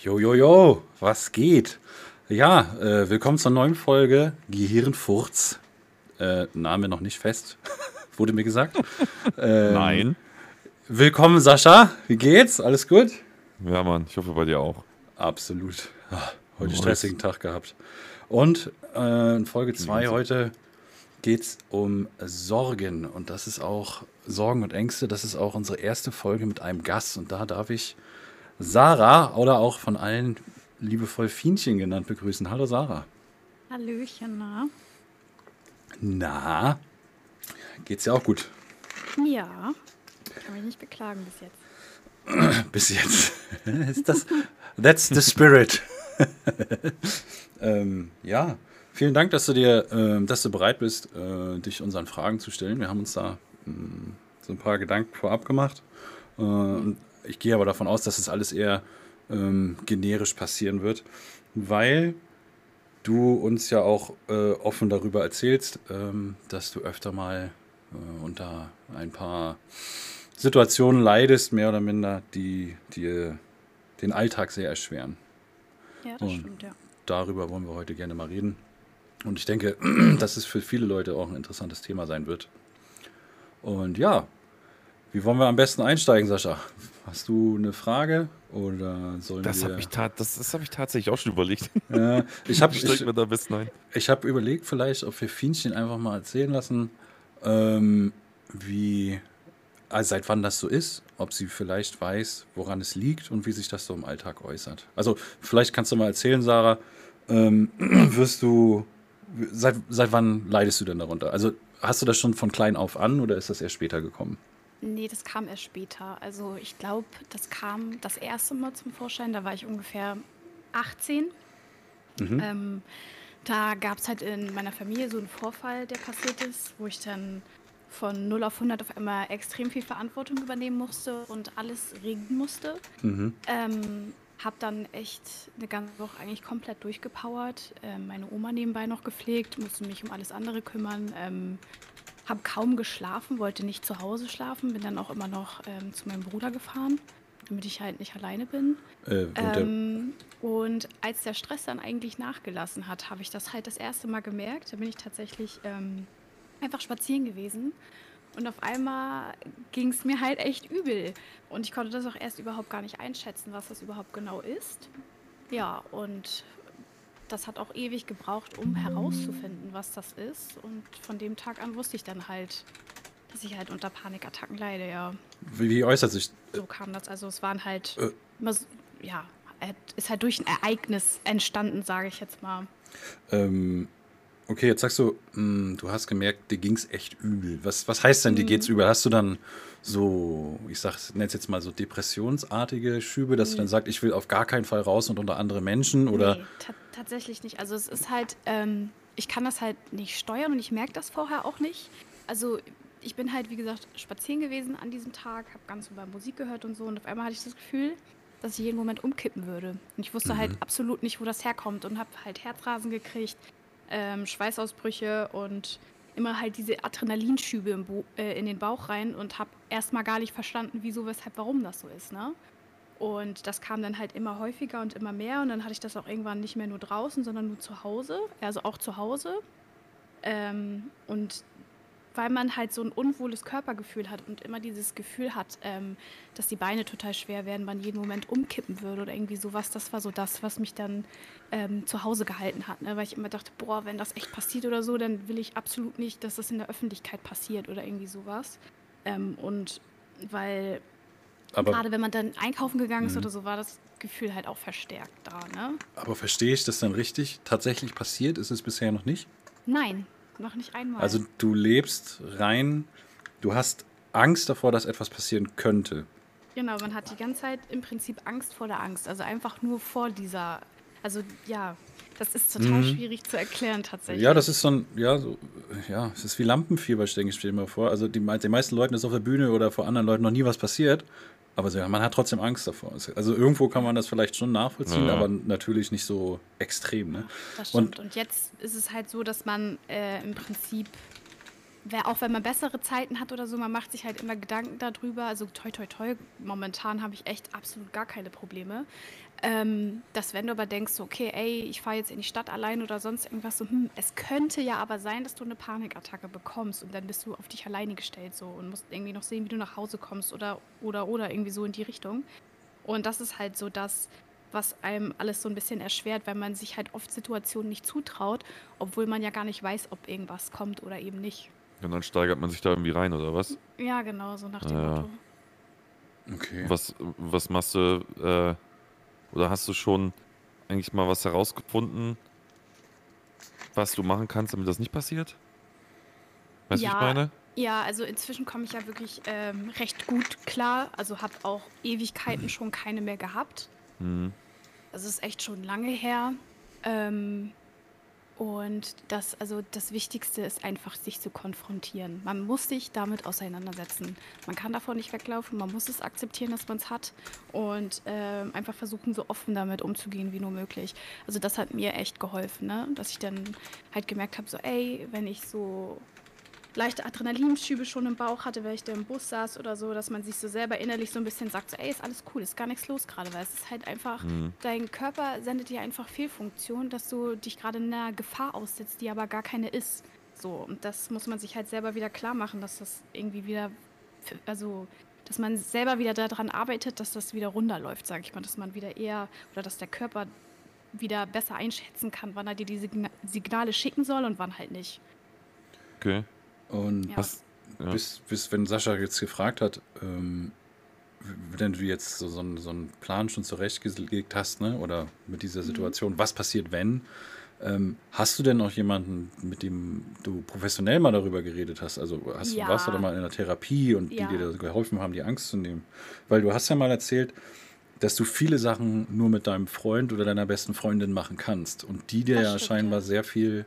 Jojojo, was geht? Ja, willkommen zur neuen Folge Gehirnfurz. Name noch nicht fest, wurde mir gesagt. Nein. Willkommen, Sascha. Wie geht's? Alles gut? Ja, Mann, ich hoffe bei dir auch. Absolut. Heute Nice. stressigen Tag gehabt. Und in Folge 2 heute geht's um Sorgen. Und das ist auch Sorgen und Ängste. Das ist auch unsere erste Folge mit einem Gast. Und da darf ich Sarah oder auch von allen liebevoll Fienchen genannt begrüßen. Hallo Sarah. Hallöchen, na? Na, geht's dir auch gut? Ja, kann mich nicht beklagen bis jetzt. Bis jetzt. That's the spirit. Ja, vielen Dank, dass du bereit bist, dich unseren Fragen zu stellen. Wir haben uns da so ein paar Gedanken vorab gemacht. Und ich gehe aber davon aus, dass es alles eher generisch passieren wird, weil du uns ja auch offen darüber erzählst, dass du öfter mal unter ein paar Situationen leidest, mehr oder minder, die dir den Alltag sehr erschweren. Ja, das Und stimmt, ja. darüber wollen wir heute gerne mal reden. Und ich denke, dass es für viele Leute auch ein interessantes Thema sein wird. Und ja, wie wollen wir am besten einsteigen, Sascha? Hast du eine Frage oder sollen Das wir... habe ich tatsächlich auch schon überlegt. Ich habe Wie steigt mir da am besten ein? hab überlegt, vielleicht, ob wir Fienchen einfach mal erzählen lassen, wie, also seit wann das so ist, ob sie vielleicht weiß, woran es liegt und wie sich das so im Alltag äußert. Also vielleicht kannst du mal erzählen, Sarah, seit wann leidest du denn darunter? Also hast du das schon von klein auf an oder ist das erst später gekommen? Nee, das kam erst später. Also ich glaube, das kam das erste Mal zum Vorschein, da war ich ungefähr 18. Da gab es halt in meiner Familie so einen Vorfall, der passiert ist, wo ich dann von 0 auf 100 auf einmal extrem viel Verantwortung übernehmen musste und alles regeln musste. Hab dann echt eine ganze Woche eigentlich komplett durchgepowert, meine Oma nebenbei noch gepflegt, musste mich um alles andere kümmern, habe kaum geschlafen, wollte nicht zu Hause schlafen, bin dann auch immer noch zu meinem Bruder gefahren, damit ich halt nicht alleine bin. Und als der Stress dann eigentlich nachgelassen hat, habe ich das halt das erste Mal gemerkt. Da bin ich tatsächlich einfach spazieren gewesen. Und auf einmal ging es mir halt echt übel. Und ich konnte das auch erst überhaupt gar nicht einschätzen, was das überhaupt genau ist. Ja, und das hat auch ewig gebraucht, um herauszufinden, was das ist. Und von dem Tag an wusste ich dann halt, dass ich halt unter Panikattacken leide, ja. Wie äußert sich... So kam das. Also es waren halt immer so, ja, ist halt durch ein Ereignis entstanden, sage ich jetzt mal. Okay, jetzt sagst du, du hast gemerkt, dir ging es echt übel. Was heißt denn, dir geht's übel? Hast du dann so, nenne es jetzt mal so depressionsartige Schübe, dass du dann sagst, ich will auf gar keinen Fall raus und unter andere Menschen? Oder? Nee, tatsächlich nicht. Also es ist halt, ich kann das halt nicht steuern und ich merke das vorher auch nicht. Also ich bin halt, wie gesagt, spazieren gewesen an diesem Tag, habe ganz über Musik gehört und so und auf einmal hatte ich das Gefühl, dass ich jeden Moment umkippen würde. Und ich wusste halt absolut nicht, wo das herkommt und habe halt Herzrasen gekriegt, Schweißausbrüche und immer halt diese Adrenalinschübe in den Bauch rein und habe erstmal gar nicht verstanden, wieso, weshalb, warum das so ist, ne? Und das kam dann halt immer häufiger und immer mehr und dann hatte ich das auch irgendwann nicht mehr nur draußen, sondern nur zu Hause, also auch zu Hause. Und weil man halt so ein unwohles Körpergefühl hat und immer dieses Gefühl hat, dass die Beine total schwer werden, man jeden Moment umkippen würde oder irgendwie sowas. Das war so das, was mich dann zu Hause gehalten hat, ne? Weil ich immer dachte, boah, wenn das echt passiert oder so, dann will ich absolut nicht, dass das in der Öffentlichkeit passiert oder irgendwie sowas. Und weil Aber, gerade wenn man dann einkaufen gegangen ist oder so, war das Gefühl halt auch verstärkt da, ne? aber verstehe ich das dann richtig? Tatsächlich passiert ist es bisher noch nicht? Nein, noch nicht einmal. Also du lebst rein, du hast Angst davor, dass etwas passieren könnte. Genau, man hat die ganze Zeit im Prinzip Angst vor der Angst. Also einfach nur vor dieser. Also ja, das ist total schwierig zu erklären tatsächlich. Ja, das ist es ist wie Lampenfieber, denke ich, stell dir mal vor. Also den meisten Leuten ist auf der Bühne oder vor anderen Leuten noch nie was passiert. Aber man hat trotzdem Angst davor. Also irgendwo kann man das vielleicht schon nachvollziehen, Ja. aber natürlich nicht so extrem. Ne? Das stimmt. Und jetzt ist es halt so, dass man im Prinzip auch wenn man bessere Zeiten hat oder so, man macht sich halt immer Gedanken darüber. Also toi, toi, toi, momentan habe ich echt absolut gar keine Probleme. Dass wenn du aber denkst, so, okay, ey, ich fahre jetzt in die Stadt allein oder sonst irgendwas, so, es könnte ja aber sein, dass du eine Panikattacke bekommst und dann bist du auf dich alleine gestellt so und musst irgendwie noch sehen, wie du nach Hause kommst oder irgendwie so in die Richtung. Und das ist halt so das, was einem alles so ein bisschen erschwert, weil man sich halt oft Situationen nicht zutraut, obwohl man ja gar nicht weiß, ob irgendwas kommt oder eben nicht. Und dann steigert man sich da irgendwie rein, oder was? Ja, genau, so nach dem Ja. Motto. Okay. Was machst du, oder hast du schon eigentlich mal was herausgefunden, was du machen kannst, damit das nicht passiert? Weißt du, wie ich meine? Ja, also inzwischen komme ich ja wirklich recht gut klar. Also habe auch Ewigkeiten schon keine mehr gehabt. Mhm. Das ist echt schon lange her. Und das Wichtigste ist einfach, sich zu konfrontieren. Man muss sich damit auseinandersetzen. Man kann davon nicht weglaufen, man muss es akzeptieren, dass man es hat und einfach versuchen, so offen damit umzugehen wie nur möglich. Also das hat mir echt geholfen, ne? Dass ich dann halt gemerkt habe, so ey, wenn ich so leichte Adrenalinschübe schon im Bauch hatte, wenn ich da im Bus saß oder so, dass man sich so selber innerlich so ein bisschen sagt, so ey, ist alles cool, ist gar nichts los gerade, weil es ist halt einfach, dein Körper sendet dir einfach Fehlfunktion, dass du dich gerade einer Gefahr aussetzt, die aber gar keine ist. So, und das muss man sich halt selber wieder klar machen, dass das irgendwie wieder, also, dass man selber wieder daran arbeitet, dass das wieder runterläuft, sag ich mal, dass man wieder eher, oder dass der Körper wieder besser einschätzen kann, wann er dir die Signale schicken soll und wann halt nicht. Okay. Und Ja. wenn Sascha jetzt gefragt hat, wenn du jetzt so einen Plan schon zurechtgelegt hast, ne, oder mit dieser Situation, was passiert, wenn, hast du denn noch jemanden, mit dem du professionell mal darüber geredet hast? Also warst du da mal in der Therapie und die dir da geholfen haben, die Angst zu nehmen? Weil du hast ja mal erzählt, dass du viele Sachen nur mit deinem Freund oder deiner besten Freundin machen kannst und die dir Das ja stimmt, scheinbar ja. sehr viel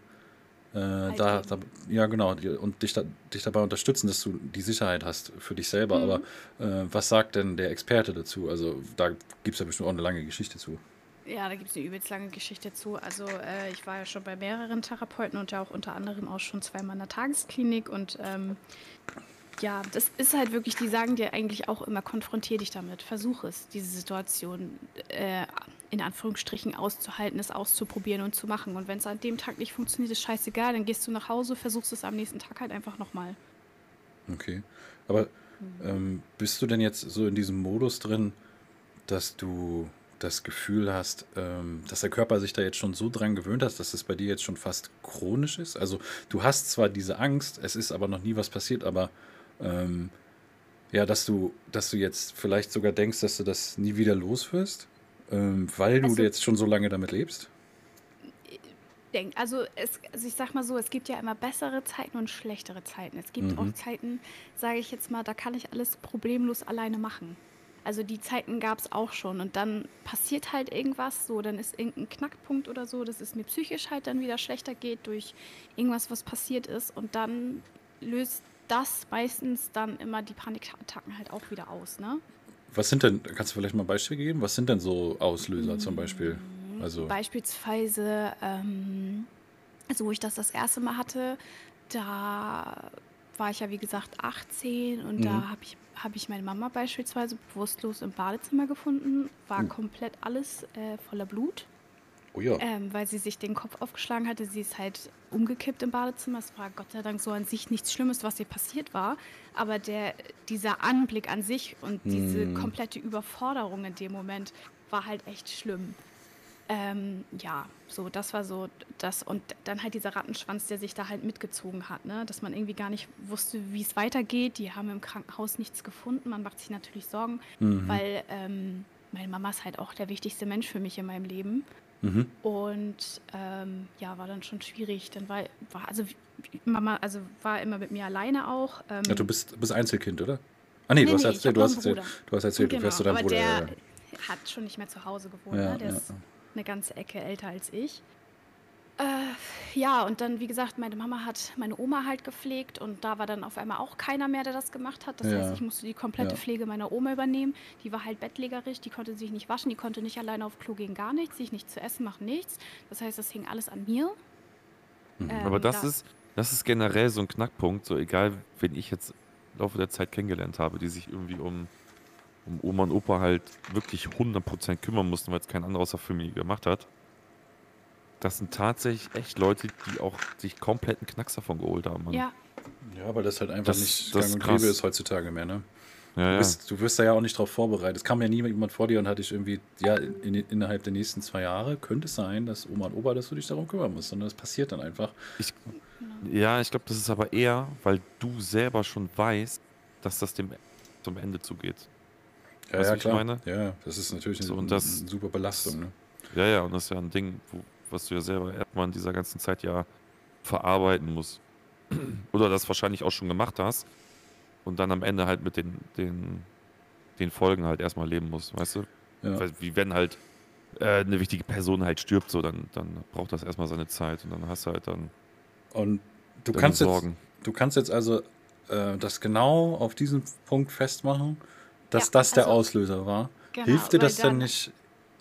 ja genau, und dich dabei unterstützen, dass du die Sicherheit hast für dich selber. Aber was sagt denn der Experte dazu? Also da gibt es ja bestimmt auch eine lange Geschichte zu. Ja, da gibt es eine übelst lange Geschichte zu. Also ich war ja schon bei mehreren Therapeuten und ja auch unter anderem auch schon zweimal in der Tagesklinik. Und ja, das ist halt wirklich, die sagen dir eigentlich auch immer, konfrontier dich damit, versuch es, diese Situation in Anführungsstrichen auszuhalten, es auszuprobieren und zu machen. Und wenn es an dem Tag nicht funktioniert, ist scheißegal, dann gehst du nach Hause, versuchst es am nächsten Tag halt einfach nochmal. Okay. Aber bist du denn jetzt so in diesem Modus drin, dass du das Gefühl hast, dass der Körper sich da jetzt schon so dran gewöhnt hat, dass es bei dir jetzt schon fast chronisch ist? Also du hast zwar diese Angst, es ist aber noch nie was passiert, aber ja, dass du jetzt vielleicht sogar denkst, dass du das nie wieder los wirst, weil du Also jetzt schon so lange damit lebst? Also ich sag mal so, es gibt ja immer bessere Zeiten und schlechtere Zeiten. Es gibt auch Zeiten, sage ich jetzt mal, da kann ich alles problemlos alleine machen. Also die Zeiten gab es auch schon und dann passiert halt irgendwas, so, dann ist irgendein Knackpunkt oder so, dass es mir psychisch halt dann wieder schlechter geht durch irgendwas, was passiert ist und dann löst das meistens dann immer die Panikattacken halt auch wieder aus, ne? Was sind denn, kannst du vielleicht mal Beispiele geben? Was sind denn so Auslöser zum Beispiel? Also, Beispielsweise, also wo ich das erste Mal hatte, da war ich ja wie gesagt 18 und da hab ich meine Mama beispielsweise bewusstlos im Badezimmer gefunden, war komplett alles voller Blut, oh ja. weil sie sich den Kopf aufgeschlagen hatte. Sie ist halt umgekippt im Badezimmer. Es war Gott sei Dank so an sich nichts Schlimmes, was ihr passiert war, aber dieser Anblick an sich und diese komplette Überforderung in dem Moment war halt echt schlimm. Ja, so, das war so das. Und dann halt dieser Rattenschwanz, der sich da halt mitgezogen hat, ne? Dass man irgendwie gar nicht wusste, wie es weitergeht. Die haben im Krankenhaus nichts gefunden. Man macht sich natürlich Sorgen, weil meine Mama ist halt auch der wichtigste Mensch für mich in meinem Leben. Und ja, war dann schon schwierig. Dann Mama war immer mit mir alleine auch. Ja, du bist Einzelkind, oder? Ah nee, du hast erzählt, du hast erzählt, du fährst zu deinem aber Bruder. der hat schon nicht mehr zu Hause gewohnt, Ja, ne? Der ja. ist eine ganze Ecke älter als ich. Ja, und dann, wie gesagt, meine Mama hat meine Oma halt gepflegt und da war dann auf einmal auch keiner mehr, der das gemacht hat. Das Ja. heißt, ich musste die komplette Ja. Pflege meiner Oma übernehmen. Die war halt bettlägerig, die konnte sich nicht waschen, die konnte nicht alleine auf Klo gehen, gar nichts, sich nicht zu essen machen, nichts. Das heißt, das hing alles an mir. Aber das da- ist, Das ist generell so ein Knackpunkt, so egal, wen ich jetzt im Laufe der Zeit kennengelernt habe, die sich irgendwie um Oma und Opa halt wirklich 100% kümmern mussten, weil es kein anderer aus der Familie gemacht hat. Das sind tatsächlich echt Leute, die auch sich komplett einen Knacks davon geholt haben, Mann. Ja, Ja, weil das halt einfach Das, nicht das gang ist und krass. gäbe ist heutzutage mehr, ne? Ja, ja. Du wirst da ja auch nicht drauf vorbereitet. Es kam ja nie jemand vor dir und hat dich irgendwie, ja, innerhalb der nächsten 2 Jahre könnte es sein, dass Oma und Opa, dass du dich darum kümmern musst, sondern das passiert dann einfach. Ich, genau. ja, ich glaube, das ist aber eher, weil du selber schon weißt, dass das dem zum Ende zugeht. Ja, Weißt du, ja, wie ich klar. meine? Ja, das ist natürlich So, eine, und eine das, super Belastung, ne? ja, ja, und das ist ja ein Ding, was du ja selber erstmal in dieser ganzen Zeit ja verarbeiten musst. Oder das wahrscheinlich auch schon gemacht hast und dann am Ende halt mit den Folgen halt erstmal leben musst, weißt du? Ja. Weil, wie wenn halt eine wichtige Person halt stirbt, so, dann braucht das erstmal seine Zeit und dann hast du halt dann Und du deine kannst jetzt, Sorgen. du kannst jetzt also das genau auf diesen Punkt festmachen, dass Ja, das der also Auslöser war. genau, Hilft dir weil das denn dann, nicht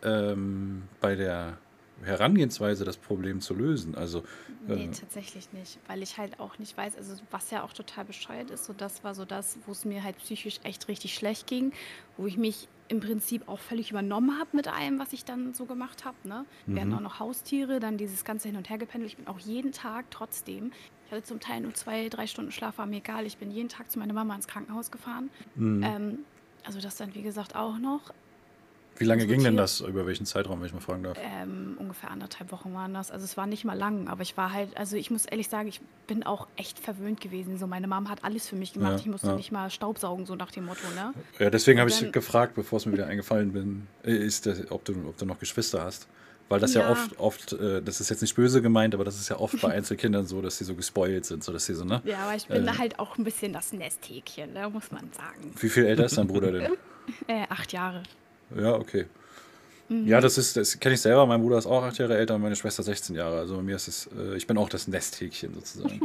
bei der Herangehensweise, das Problem zu lösen? Also, nee, äh, tatsächlich nicht, weil ich halt auch nicht weiß, also was ja auch total bescheuert ist, so das war so das, wo es mir halt psychisch echt richtig schlecht ging, wo ich mich im Prinzip auch völlig übernommen habe mit allem, was ich dann so gemacht habe, ne? Wir hatten auch noch Haustiere, dann dieses ganze Hin- und Hergependelt. Ich bin auch jeden Tag trotzdem, ich hatte zum Teil nur 2, 3 Stunden Schlaf, war mir egal, ich bin jeden Tag zu meiner Mama ins Krankenhaus gefahren. Ähm, also das dann, wie gesagt, auch noch. wie lange Unsere ging denn Tiere, das? Über welchen Zeitraum, wenn ich mal fragen darf? ungefähr 1,5 Wochen waren das. Also es war nicht mal lang, aber ich war halt, also ich muss ehrlich sagen, ich bin auch echt verwöhnt gewesen. So, meine Mom hat alles für mich gemacht. Ja, Ich musste ja. nicht mal staubsaugen, so nach dem Motto, ne? Ja, deswegen habe Und ich dann, gefragt, bevor es mir wieder eingefallen bin, ob du noch Geschwister hast. Weil das ja ja, oft, das ist jetzt nicht böse gemeint, aber das ist ja oft bei Einzelkindern so, dass sie so gespoilt sind, so dass sie so, ne? ja, aber ich bin da halt auch ein bisschen das Nesthäkchen, ne, muss man sagen. Wie viel älter ist dein Bruder denn? 8 Jahre. Ja, okay. Ja, Mhm. das kenne ich selber. Mein Bruder ist auch 8 Jahre älter und meine Schwester 16 Jahre. Also bei mir ist es, ich bin auch das Nesthäkchen sozusagen.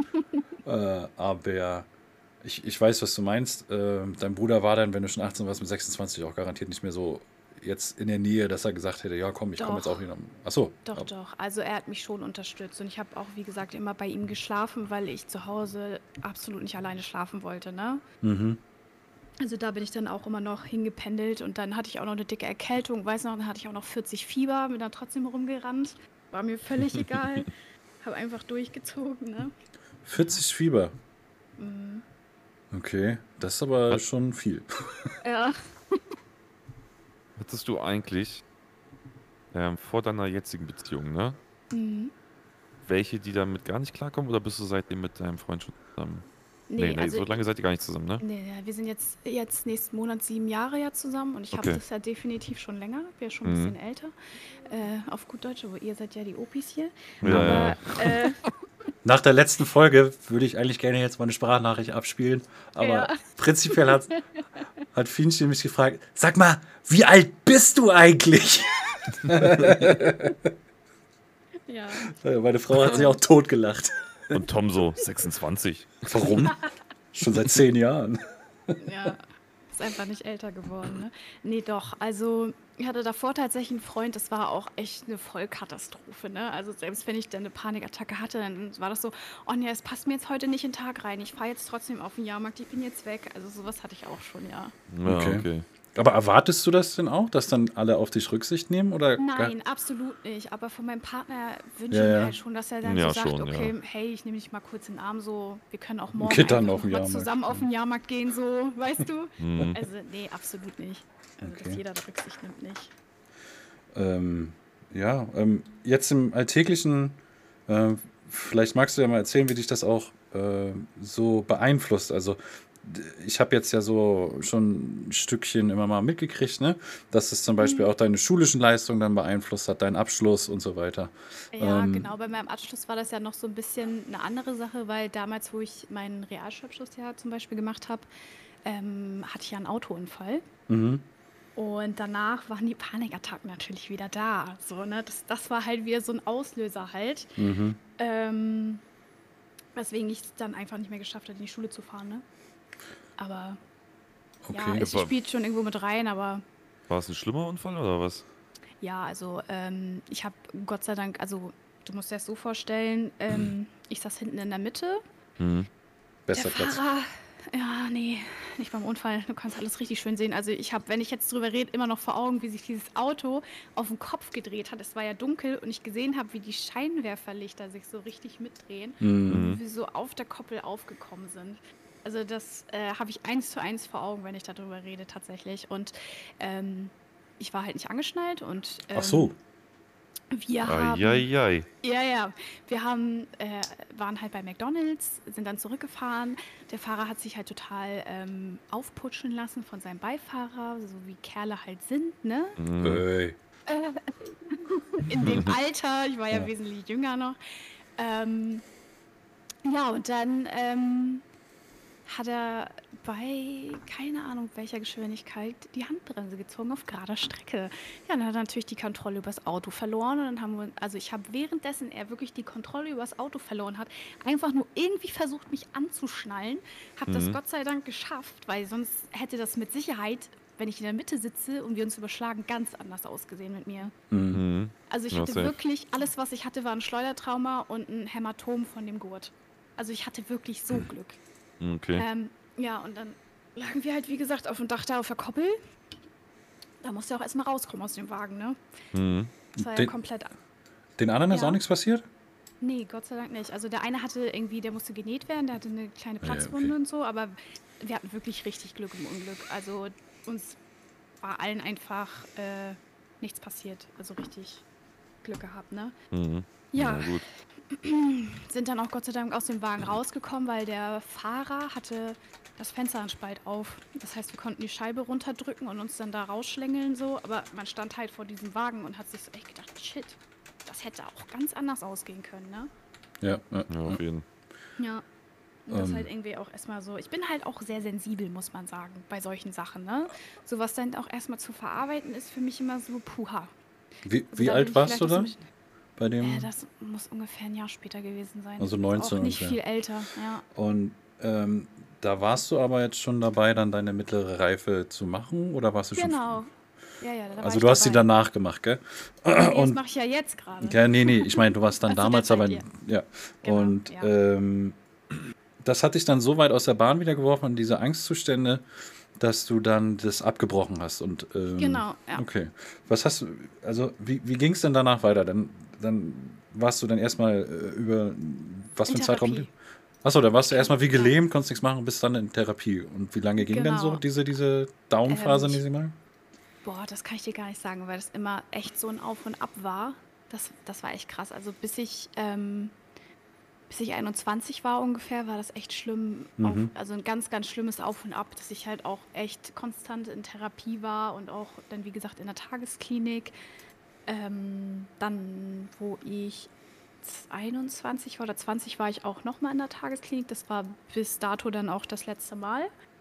Aber ich weiß, was du meinst. Dein Bruder war dann, wenn du schon 18 warst, mit 26 auch garantiert nicht mehr so jetzt in der Nähe, dass er gesagt hätte, ja komm, ich komme jetzt auch Doch, wieder. Achso, doch, doch. Also er hat mich schon unterstützt und ich habe auch, wie gesagt, immer bei ihm geschlafen, weil ich zu Hause absolut nicht alleine schlafen wollte, ne? Also da bin ich dann auch immer noch hingependelt und dann hatte ich auch noch eine dicke Erkältung, weiß noch, dann hatte ich auch noch 40 Fieber, bin dann trotzdem rumgerannt. War mir völlig egal. Habe einfach durchgezogen, ne? Ja. 40 Fieber. Mhm. Okay, das ist aber Hat, schon viel. Ja. hattest du eigentlich vor deiner jetzigen Beziehung, ne? Mhm. Welche, die damit gar nicht klarkommen oder bist du seitdem mit deinem Freund schon zusammen? Nee, Nee, nee, also so lange seid ihr gar nicht zusammen, ne? nee, wir sind jetzt nächsten Monat 7 Jahre ja zusammen und ich habe Okay. das ja definitiv schon länger. Wäre schon ein Mhm. bisschen älter. Auf gut Deutsch, aber ihr seid ja die Opis hier. Ja, ja. Aber Nach der letzten Folge würde ich eigentlich gerne jetzt mal eine Sprachnachricht abspielen, aber ja, prinzipiell hat Fienchen mich gefragt, sag mal, wie alt bist du eigentlich? ja. Meine Frau hat sich auch totgelacht. Und Tom so 26. Warum? Schon seit 10 Jahren. Ja, ist einfach nicht älter geworden, ne? Nee, doch. Also, ich hatte davor tatsächlich einen Freund, das war auch echt eine Vollkatastrophe, ne? Also, selbst wenn ich dann eine Panikattacke hatte, dann war das so: „Oh ne, es passt mir jetzt heute nicht in den Tag rein. Ich fahre jetzt trotzdem auf den Jahrmarkt, ich bin jetzt weg.“ Also, sowas hatte ich auch schon, ja. Ja, Okay. okay. Aber erwartest du das denn auch, dass dann alle auf dich Rücksicht nehmen? Oder Nein, absolut nicht. Aber von meinem Partner wünsche Ja, ich mir ja. halt schon, dass er dann so Ja, sagt: schon, ja. „Okay, hey, ich nehme dich mal kurz in den Arm, so, wir können auch morgen Geht dann einfach auf den noch mal Jahrmarkt. zusammen auf den Jahrmarkt gehen“, so, weißt du? Mhm. Also, nee, absolut nicht. Also, dass Okay. jeder da Rücksicht nimmt, nicht. Ja, jetzt im Alltäglichen, äh, vielleicht magst du ja mal erzählen, wie dich das auch so beeinflusst. Also ich habe jetzt ja so schon ein Stückchen immer mal mitgekriegt, ne? Dass es zum Beispiel Mhm. auch deine schulischen Leistungen dann beeinflusst hat, deinen Abschluss und so weiter. Ja, Ähm, genau. Bei meinem Abschluss war das ja noch so ein bisschen eine andere Sache, weil damals, wo ich meinen Realschulabschluss ja zum Beispiel gemacht habe, hatte ich ja einen Autounfall. mhm. Und danach waren die Panikattacken natürlich wieder da. So, ne? Das war halt wieder so ein Auslöser halt. Mhm. Ähm, weswegen ich es dann einfach nicht mehr geschafft habe, in die Schule zu fahren. Ne? Aber ja, Okay. es spielt schon irgendwo mit rein, aber War es ein schlimmer Unfall oder was? ja, also ich habe Gott sei Dank, also du musst dir das so vorstellen, ich saß hinten in der Mitte. Mhm. Bester Der Platz. Fahrer, ja, nee, nicht beim Unfall. Du kannst alles richtig schön sehen. Also ich habe, wenn ich jetzt drüber rede, immer noch vor Augen, wie sich dieses Auto auf den Kopf gedreht hat. Es war ja dunkel und ich gesehen habe, wie die Scheinwerferlichter sich so richtig mitdrehen und wie wir so auf der Koppel aufgekommen sind. Also das habe ich 1:1 vor Augen, wenn ich darüber rede tatsächlich. Und ich war halt nicht angeschnallt und Ach so. wir haben Eieiei. ja, wir haben, waren halt bei McDonald's, sind dann zurückgefahren. Der Fahrer hat sich halt total aufputschen lassen von seinem Beifahrer, so wie Kerle halt sind, ne? Ey. In dem Alter, ich war ja Ja. wesentlich jünger noch. Ja, und dann hat er bei, keine Ahnung welcher Geschwindigkeit, die Handbremse gezogen auf gerader Strecke. Ja, dann hat er natürlich die Kontrolle über das Auto verloren. Und dann haben wir, also ich habe währenddessen er wirklich die Kontrolle über das Auto verloren hat, einfach nur irgendwie versucht, mich anzuschnallen. Habe das Gott sei Dank geschafft, weil sonst hätte das mit Sicherheit, wenn ich in der Mitte sitze und wir uns überschlagen, ganz anders ausgesehen mit mir. Mhm. Also ich Ja, hatte safe. wirklich, alles was ich hatte, war ein Schleudertrauma und ein Hämatom von dem Gurt. Also ich hatte wirklich so Glück. Okay. Ja, und dann lagen wir halt, wie gesagt, auf dem Dach da auf der Koppel. Da musste er auch erstmal rauskommen aus dem Wagen, ne? Mhm. Das war ja Den- komplett. Den anderen ist Ja. auch nichts passiert? Nee, Gott sei Dank nicht. Also der eine hatte irgendwie, der musste genäht werden, der hatte eine kleine Ja, Platzwunde okay. und so, aber wir hatten wirklich richtig Glück im Unglück. Also uns war allen einfach nichts passiert. Also richtig Glück gehabt, ne? Mhm. Ja. Na gut. Sind dann auch Gott sei Dank aus dem Wagen rausgekommen, weil der Fahrer hatte das Fensteranspalt auf. Das heißt, wir konnten die Scheibe runterdrücken und uns dann da rausschlängeln so. Aber man stand halt vor diesem Wagen und hat sich so echt gedacht, shit, das hätte auch ganz anders ausgehen können, ne? Ja. Ja, auf jeden. Ja. Und das halt irgendwie auch erstmal so. Ich bin halt auch sehr sensibel, muss man sagen, bei solchen Sachen, ne? Sowas dann auch erstmal zu verarbeiten, ist für mich immer so puha. Wie Also da bin alt ich warst du vielleicht auch so da? ein bisschen- Bei dem? Das muss ungefähr ein Jahr später gewesen sein. Also Ist 19 auch nicht ungefähr. viel älter, ja. Und da warst du aber jetzt schon dabei, dann deine mittlere Reife zu machen? Oder warst du schon? Genau. Ja, da war Also ich du hast sie dabei. danach gemacht, gell? Nee, das und- mache ich ja jetzt gerade. Ja, nee, ich meine, du warst dann Ach so, damals der aber. Zeit, Ja. Genau, Und ja. das hat dich dann so weit aus der Bahn wieder geworfen, in diese Angstzustände, dass du dann das abgebrochen hast. Und, Genau, ja. Okay. Was hast du, also wie ging es denn danach weiter? Dann warst du dann erstmal über was für In einen Zeitraum? Therapie. Achso, da warst du erstmal wie Ja. gelähmt, konntest nichts machen, bist dann in Therapie. Und wie lange ging denn so Genau. diese Down-Phase, Ich- nenne ich sie mal? Boah, das kann ich dir gar nicht sagen, weil das immer echt so ein Auf und Ab war. Das war echt krass. Also bis ich 21 war ungefähr, war das echt schlimm. Also ein ganz, ganz schlimmes Auf und Ab, dass ich halt auch echt konstant in Therapie war und auch dann, wie gesagt, in der Tagesklinik. Dann, wo ich 21 war oder 20, war ich auch nochmal in der Tagesklinik. Das war bis dato dann auch das letzte Mal.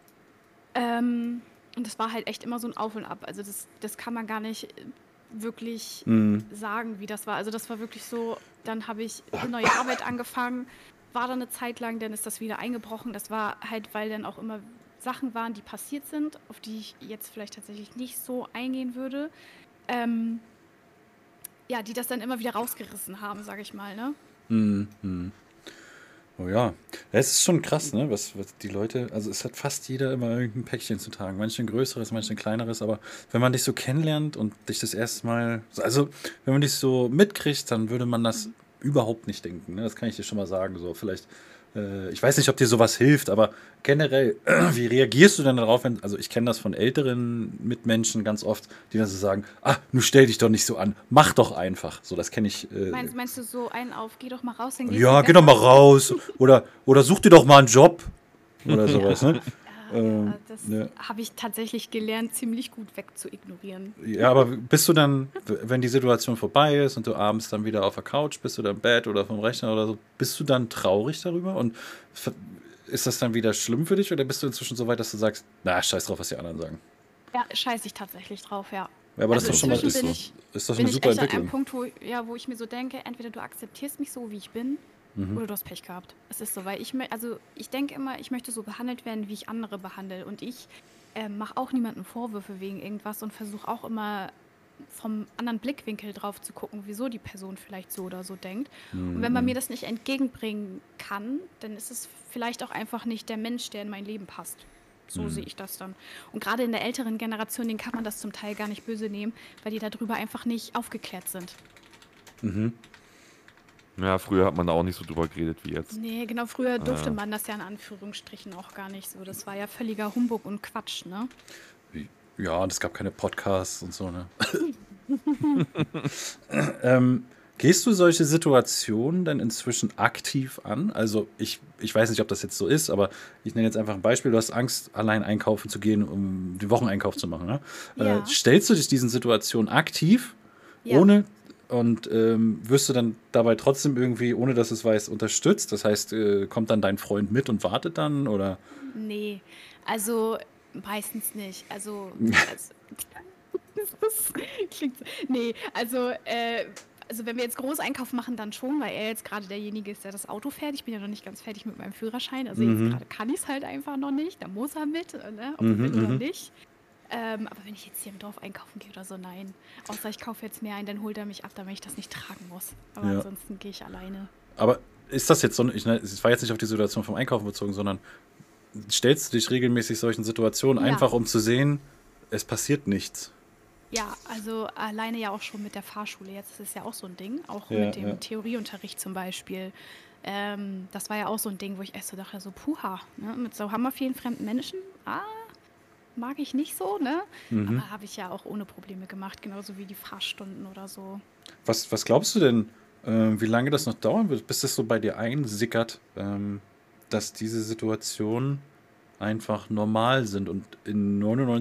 Und das war halt echt immer so ein Auf und Ab. Also das kann man gar nicht wirklich sagen, wie das war. Also das war wirklich so, dann habe ich eine neue Arbeit angefangen, war dann eine Zeit lang, dann ist das wieder eingebrochen. Das war halt, weil dann auch immer Sachen waren, die passiert sind, auf die ich jetzt vielleicht tatsächlich nicht so eingehen würde. Ja, die das dann immer wieder rausgerissen haben, sage ich mal, ne? Oh ja, es ist schon krass, ne? Was die Leute, also es hat fast jeder immer irgendein Päckchen zu tragen. Manche ein größeres, manche ein kleineres, aber wenn man dich so kennenlernt und dich das erste Mal, also wenn man dich so mitkriegt, dann würde man das überhaupt nicht denken, ne? Das kann ich dir schon mal sagen. So, vielleicht, ich weiß nicht, ob dir sowas hilft, aber generell, wie reagierst du denn darauf, wenn, also ich kenne das von älteren Mitmenschen ganz oft, die dann so sagen, nun stell dich doch nicht so an, mach doch einfach. So, das kenne ich. Meinst du so einen auf, geh doch mal raus, dann geht's Ja, dir geh doch mal besser? raus. Oder such dir doch mal einen Job. Oder sowas, ne? Das ne. habe ich tatsächlich gelernt, ziemlich gut wegzuignorieren. Ja, aber bist du dann, wenn die Situation vorbei ist und du abends dann wieder auf der Couch bist oder im Bett oder vom Rechner oder so, bist du dann traurig darüber? Und ist das dann wieder schlimm für dich oder bist du inzwischen so weit, dass du sagst, na, scheiß drauf, was die anderen sagen? Ja, scheiße ich tatsächlich drauf, ja. Ja, aber das Also ist doch schon mal, inzwischen ist doch bin eine ich super echt an einem Entwicklung. Punkt, wo ich mir so denke, entweder du akzeptierst mich so, wie ich bin, oder du hast Pech gehabt. Es ist so, weil ich denke immer, ich möchte so behandelt werden, wie ich andere behandle. Und ich mache auch niemandem Vorwürfe wegen irgendwas und versuche auch immer vom anderen Blickwinkel drauf zu gucken, wieso die Person vielleicht so oder so denkt. Und wenn man Mhm. mir das nicht entgegenbringen kann, dann ist es vielleicht auch einfach nicht der Mensch, der in mein Leben passt. So sehe ich das dann. Und gerade in der älteren Generation, denen kann man das zum Teil gar nicht böse nehmen, weil die darüber einfach nicht aufgeklärt sind. Ja, früher hat man da auch nicht so drüber geredet wie jetzt. Nee, genau, früher durfte man das ja in Anführungsstrichen auch gar nicht so. Das war ja völliger Humbug und Quatsch, ne? Ja, und es gab keine Podcasts und so, ne? Gehst du solche Situationen denn inzwischen aktiv an? Also ich weiß nicht, ob das jetzt so ist, aber ich nenne jetzt einfach ein Beispiel. Du hast Angst, allein einkaufen zu gehen, um den Wocheneinkauf zu machen. Ne? Ja. Stellst du dich diesen Situationen aktiv, Ja. ohne und wirst du dann dabei trotzdem irgendwie, ohne dass es weiß, unterstützt? Das heißt, kommt dann dein Freund mit und wartet dann? Oder? Nee, also meistens nicht. Also das klingt so. Nee, also wenn wir jetzt Großeinkauf machen, dann schon, weil er jetzt gerade derjenige ist, der das Auto fährt. Ich bin ja noch nicht ganz fertig mit meinem Führerschein. Also jetzt gerade kann ich es halt einfach noch nicht. Da muss er mit, ne? Ob er will oder nicht. Aber wenn ich jetzt hier im Dorf einkaufen gehe oder so, nein. Außer ich kaufe jetzt mehr ein, dann holt er mich ab, damit ich das nicht tragen muss. Aber Ja. ansonsten gehe ich alleine. Aber ist das jetzt so, es war jetzt nicht auf die Situation vom Einkaufen bezogen, sondern stellst du dich regelmäßig solchen Situationen Ja. einfach, um zu sehen, es passiert nichts? Ja, also alleine ja auch schon mit der Fahrschule. Jetzt ist es ja auch so ein Ding, auch Ja, mit dem ja. Theorieunterricht zum Beispiel. Das war ja auch so ein Ding, wo ich erst so dachte, so puha, ne? Mit so hammervielen fremden Menschen, mag ich nicht so, ne? Aber habe ich ja auch ohne Probleme gemacht, genauso wie die Fahrstunden oder so. Was glaubst du denn, wie lange das noch dauern wird, bis das so bei dir einsickert, dass diese Situationen einfach normal sind und in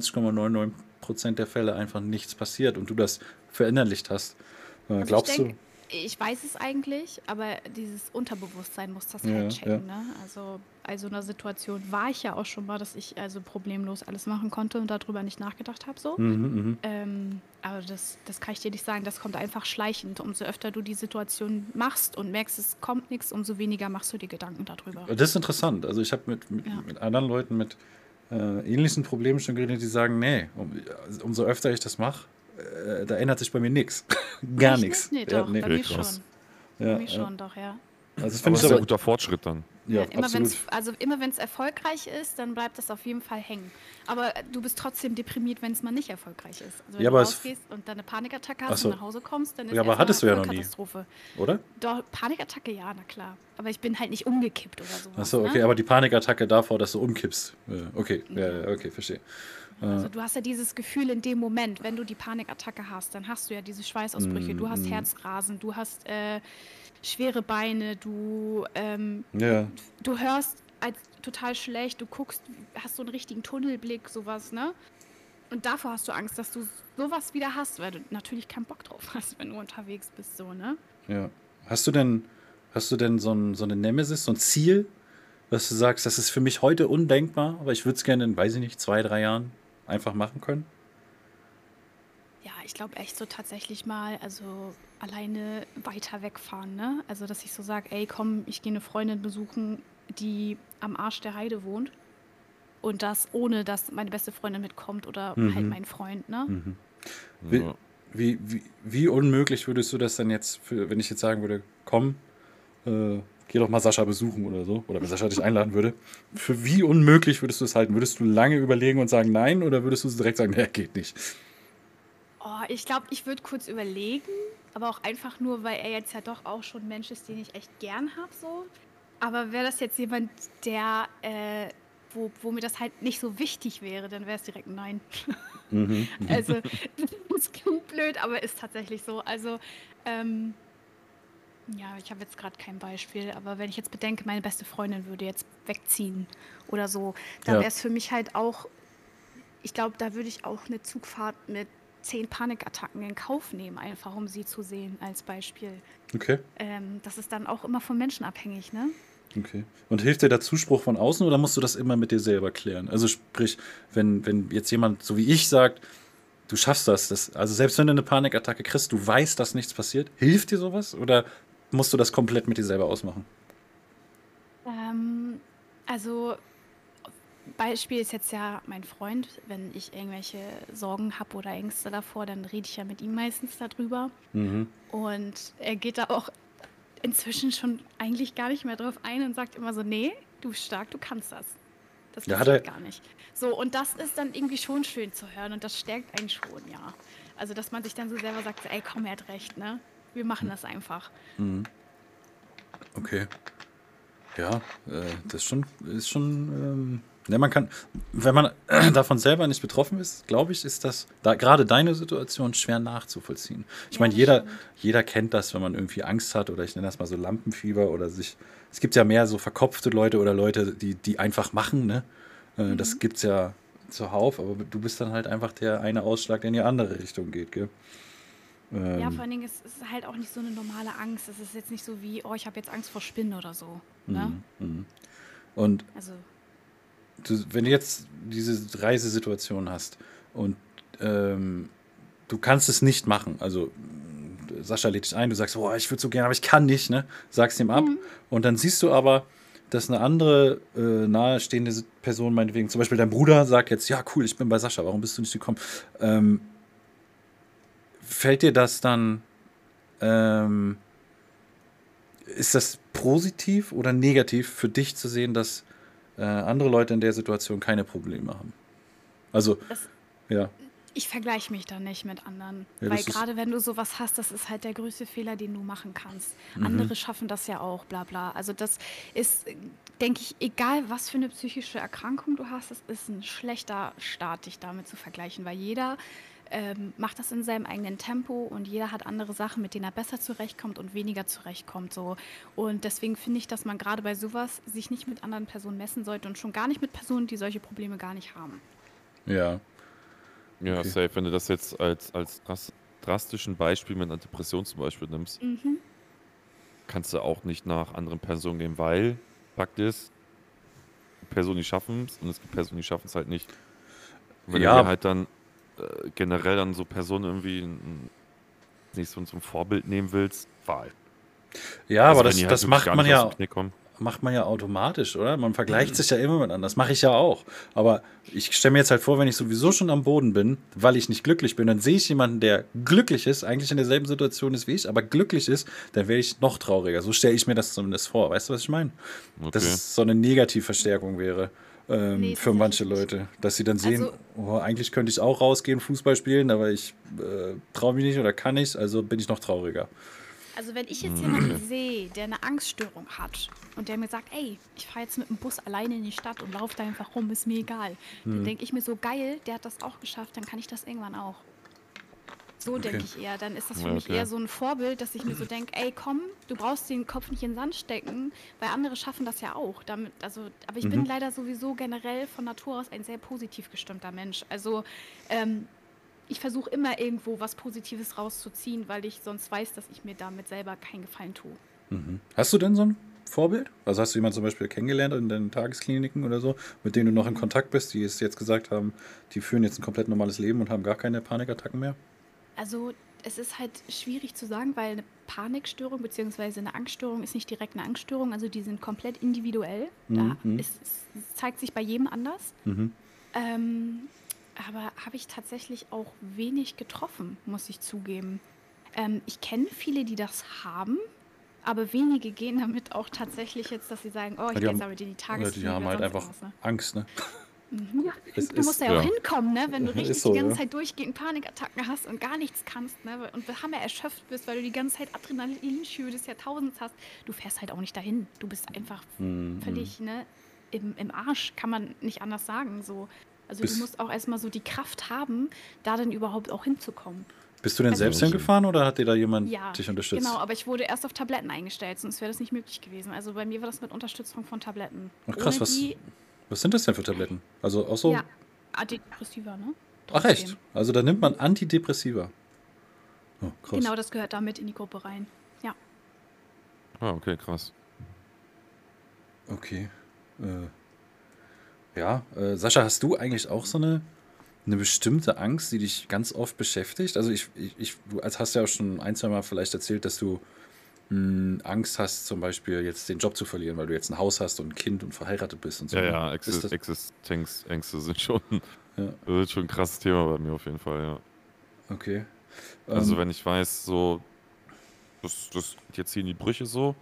99,99% der Fälle einfach nichts passiert und du das verinnerlicht hast? Also Glaubst ich du? denke, ich weiß es eigentlich, aber dieses Unterbewusstsein muss das Ja, halt ja. checken, ne? Also bei so einer Situation war ich ja auch schon mal, dass ich also problemlos alles machen konnte und darüber nicht nachgedacht habe, so. Aber das kann ich dir nicht sagen, das kommt einfach schleichend. Umso öfter du die Situation machst und merkst, es kommt nichts, umso weniger machst du dir Gedanken darüber. Das ist interessant. Also ich habe Ja. mit anderen Leuten mit ähnlichen Problemen schon geredet, die sagen, nee, umso öfter ich das mache, da ändert sich bei mir nichts. Gar Echt nichts. nicht? Nee, Ja, doch, nee. bei mir krass. schon. Ja, Bei mir ja. schon, doch, ja. Also das Aber finde es ich ist ein aber, guter Fortschritt dann. ja, Immer absolut. wenn es erfolgreich ist, dann bleibt das auf jeden Fall hängen. Aber du bist trotzdem deprimiert, wenn es mal nicht erfolgreich ist. Also wenn Ja, du aber es- rausgehst und dann eine Panikattacke Ach hast so. und nach Hause kommst, dann ist Ja, aber erstmal hattest du ja noch nie. Vollkatastrophe. Oder? Doch, Panikattacke, ja, na klar. Aber ich bin halt nicht umgekippt oder sowas. Achso, okay, ne? aber die Panikattacke davor, dass du umkippst. Okay, ja, okay, verstehe. Also du hast ja dieses Gefühl in dem Moment, wenn du die Panikattacke hast, dann hast du ja diese Schweißausbrüche, du hast Herzrasen, du hast schwere Beine, Ja, du hörst als total schlecht, du guckst, hast so einen richtigen Tunnelblick, sowas, ne? Und davor hast du Angst, dass du sowas wieder hast, weil du natürlich keinen Bock drauf hast, wenn du unterwegs bist, so, ne? ja. Hast du denn so eine Nemesis, so ein Ziel, dass du sagst, das ist für mich heute undenkbar, aber ich würde es gerne in, weiß ich nicht, 2, 3 Jahren einfach machen können? Ja, ich glaube echt so tatsächlich mal, also alleine weiter wegfahren, ne? Also, dass ich so sage, ey, komm, ich gehe eine Freundin besuchen, die am Arsch der Heide wohnt. Und das ohne, dass meine beste Freundin mitkommt oder halt mein Freund, ne? Wie, Ja. wie unmöglich würdest du das dann jetzt, wenn ich jetzt sagen würde, komm, geh doch mal Sascha besuchen oder so, oder wenn Sascha dich einladen würde, für wie unmöglich würdest du es halten? Würdest du lange überlegen und sagen nein, oder würdest du direkt sagen, nee, geht nicht? Oh, ich glaube, ich würde kurz überlegen, aber auch einfach nur, weil er jetzt ja doch auch schon ein Mensch ist, den ich echt gern habe, so. Aber wäre das jetzt jemand, der, wo mir das halt nicht so wichtig wäre, dann wäre es direkt ein Nein. Also, das klingt blöd, aber ist tatsächlich so. Also, ja, ich habe jetzt gerade kein Beispiel, aber wenn ich jetzt bedenke, meine beste Freundin würde jetzt wegziehen oder so, dann Ja. wäre es für mich halt auch, ich glaube, da würde ich auch eine Zugfahrt mit 10 Panikattacken in Kauf nehmen, einfach um sie zu sehen als Beispiel. Okay, Das ist dann auch immer vom Menschen abhängig, ne? okay. Und hilft dir der Zuspruch von außen oder musst du das immer mit dir selber klären? Also sprich, wenn jetzt jemand, so wie ich, sagt, du schaffst das, also selbst wenn du eine Panikattacke kriegst, du weißt, dass nichts passiert, hilft dir sowas oder musst du das komplett mit dir selber ausmachen? Also Beispiel ist jetzt ja mein Freund. Wenn ich irgendwelche Sorgen habe oder Ängste davor, dann rede ich ja mit ihm meistens darüber. Mhm. Und er geht da auch inzwischen schon eigentlich gar nicht mehr drauf ein und sagt immer so, nee, du bist stark, du kannst das. Das Ja, hat er, passiert gar nicht. So, und das ist dann irgendwie schon schön zu hören und das stärkt einen schon, ja. Also, dass man sich dann so selber sagt, so, ey, komm, er hat recht, ne? Wir machen das einfach. okay. Ja, das ist schon, ne, man kann, wenn man davon selber nicht betroffen ist, glaube ich, ist das, da gerade deine Situation schwer nachzuvollziehen. Ich Ja, meine, das jeder, stimmt. jeder kennt das, wenn man irgendwie Angst hat oder ich nenne das mal so Lampenfieber oder es gibt ja mehr so verkopfte Leute oder Leute, die einfach machen, ne? Das gibt's ja zuhauf, aber du bist dann halt einfach der eine Ausschlag, der in die andere Richtung geht, gell? Ja, Ähm, vor allen Dingen ist es halt auch nicht so eine normale Angst. Es ist jetzt nicht so wie, oh, ich habe jetzt Angst vor Spinnen oder so, ne? und Also, wenn du jetzt diese Reisesituation hast und du kannst es nicht machen, also Sascha lädt dich ein, du sagst, boah, ich würde so gerne, aber ich kann nicht, ne? Sagst ihm ab und dann siehst du aber, dass eine andere nahestehende Person, meinetwegen, zum Beispiel dein Bruder, sagt jetzt, ja, cool, ich bin bei Sascha, warum bist du nicht gekommen? Fällt dir das dann, ähm, ist das positiv oder negativ für dich zu sehen, dass andere Leute in der Situation keine Probleme haben? Also, das, ja, ich vergleiche mich da nicht mit anderen. ja, Weil das ist, gerade wenn du sowas hast, das ist halt der größte Fehler, den du machen kannst. Andere schaffen das ja auch, bla bla. Also das ist, denke ich, egal was für eine psychische Erkrankung du hast, das ist ein schlechter Start, dich damit zu vergleichen, weil jeder macht das in seinem eigenen Tempo und jeder hat andere Sachen, mit denen er besser zurechtkommt und weniger zurechtkommt. So. Und deswegen finde ich, dass man gerade bei sowas sich nicht mit anderen Personen messen sollte und schon gar nicht mit Personen, die solche Probleme gar nicht haben. ja, Ja, okay. safe. Wenn du das jetzt als drastischen Beispiel mit einer Depression zum Beispiel nimmst, kannst du auch nicht nach anderen Personen gehen, weil Fakt ist, Personen, die schaffen es und es gibt Personen, die schaffen es halt nicht. Und wenn du dir Ja, halt dann generell dann so Personen irgendwie nicht so zum Vorbild nehmen willst, Wahl. ja, Also aber wenn die halt das wirklich gar nicht aus dem Knick kommen. macht man ja automatisch, oder? Man vergleicht sich ja immer mit anderen. Das mache ich ja auch. Aber ich stelle mir jetzt halt vor, wenn ich sowieso schon am Boden bin, weil ich nicht glücklich bin, dann sehe ich jemanden, der glücklich ist, eigentlich in derselben Situation ist wie ich, aber glücklich ist, dann wäre ich noch trauriger. So stelle ich mir das zumindest vor. Weißt du, was ich meine? Dass Okay. es so eine Negativverstärkung wäre Nee, für manche tatsächlich nicht. Leute. Dass sie dann sehen, Also oh, eigentlich könnte ich auch rausgehen, Fußball spielen, aber ich traue mich nicht oder kann nicht, also bin ich noch trauriger. Also wenn ich jetzt jemanden sehe, der eine Angststörung hat und der mir sagt, ey, ich fahre jetzt mit dem Bus alleine in die Stadt und laufe da einfach rum, ist mir egal. Dann denke ich mir so, geil, der hat das auch geschafft, dann kann ich das irgendwann auch. So Okay. denke ich eher. Dann ist das für Ja, mich okay. eher so ein Vorbild, dass ich mir so denke, ey, komm, du brauchst den Kopf nicht in den Sand stecken, weil andere schaffen das ja auch. Damit, also, aber ich bin leider sowieso generell von Natur aus ein sehr positiv gestimmter Mensch. Also ich versuche immer irgendwo was Positives rauszuziehen, weil ich sonst weiß, dass ich mir damit selber keinen Gefallen tue. Hast du denn so ein Vorbild? Also hast du jemanden zum Beispiel kennengelernt in den Tageskliniken oder so, mit denen du noch in Kontakt bist, die es jetzt gesagt haben, die führen jetzt ein komplett normales Leben und haben gar keine Panikattacken mehr? Also es ist halt schwierig zu sagen, weil eine Panikstörung bzw. eine Angststörung ist nicht direkt eine Angststörung, also die sind komplett individuell. Es zeigt sich bei jedem anders. Aber habe ich tatsächlich auch wenig getroffen, muss ich zugeben. Ich kenne viele, die das haben, aber wenige gehen damit auch tatsächlich jetzt, dass sie sagen, oh, ich Die gehe jetzt haben, damit in die oder die Tagesklinik haben oder halt sonst einfach irgendwas. Ne? Angst, ne? Ja, Es du musst ist, ja auch Ja. hinkommen, ne? Wenn du ist richtig so, die ganze ja. Zeit durchgehend Panikattacken hast und gar nichts kannst, ne? Und hammer erschöpft bist, weil du die ganze Zeit Adrenalinschübe des Jahrtausends hast, du fährst halt auch nicht dahin. Du bist einfach völlig, ne? Im Arsch, kann man nicht anders sagen. So. Also du Bist, musst auch erstmal so die Kraft haben, da dann überhaupt auch hinzukommen. bist du denn Also selbst Okay. hingefahren oder hat dir da jemand ja, dich unterstützt? genau, aber ich wurde erst auf Tabletten eingestellt, sonst wäre das nicht möglich gewesen. Also bei mir war das mit Unterstützung von Tabletten. Ach krass, Ohne die, was sind das denn für Tabletten? Also auch so. ja, Antidepressiva, ne? Ach echt? Trotzdem. Also da nimmt man Antidepressiva. Oh, krass. Genau, das gehört da mit in die Gruppe rein. Ja. Ah, okay, krass. Okay. Ja, Sascha, hast du eigentlich auch so eine bestimmte Angst, die dich ganz oft beschäftigt? Also du hast ja auch schon ein, zwei Mal vielleicht erzählt, dass du Angst hast, zum Beispiel jetzt den Job zu verlieren, weil du jetzt ein Haus hast und ein Kind und verheiratet bist und so. Ja, Ne? ja, Ist das? Existenzängste sind schon, Ja, das ist schon ein krasses Thema bei mir auf jeden Fall, ja. okay. Also Ähm, wenn ich weiß, so, das geht jetzt hier in die Brüche so,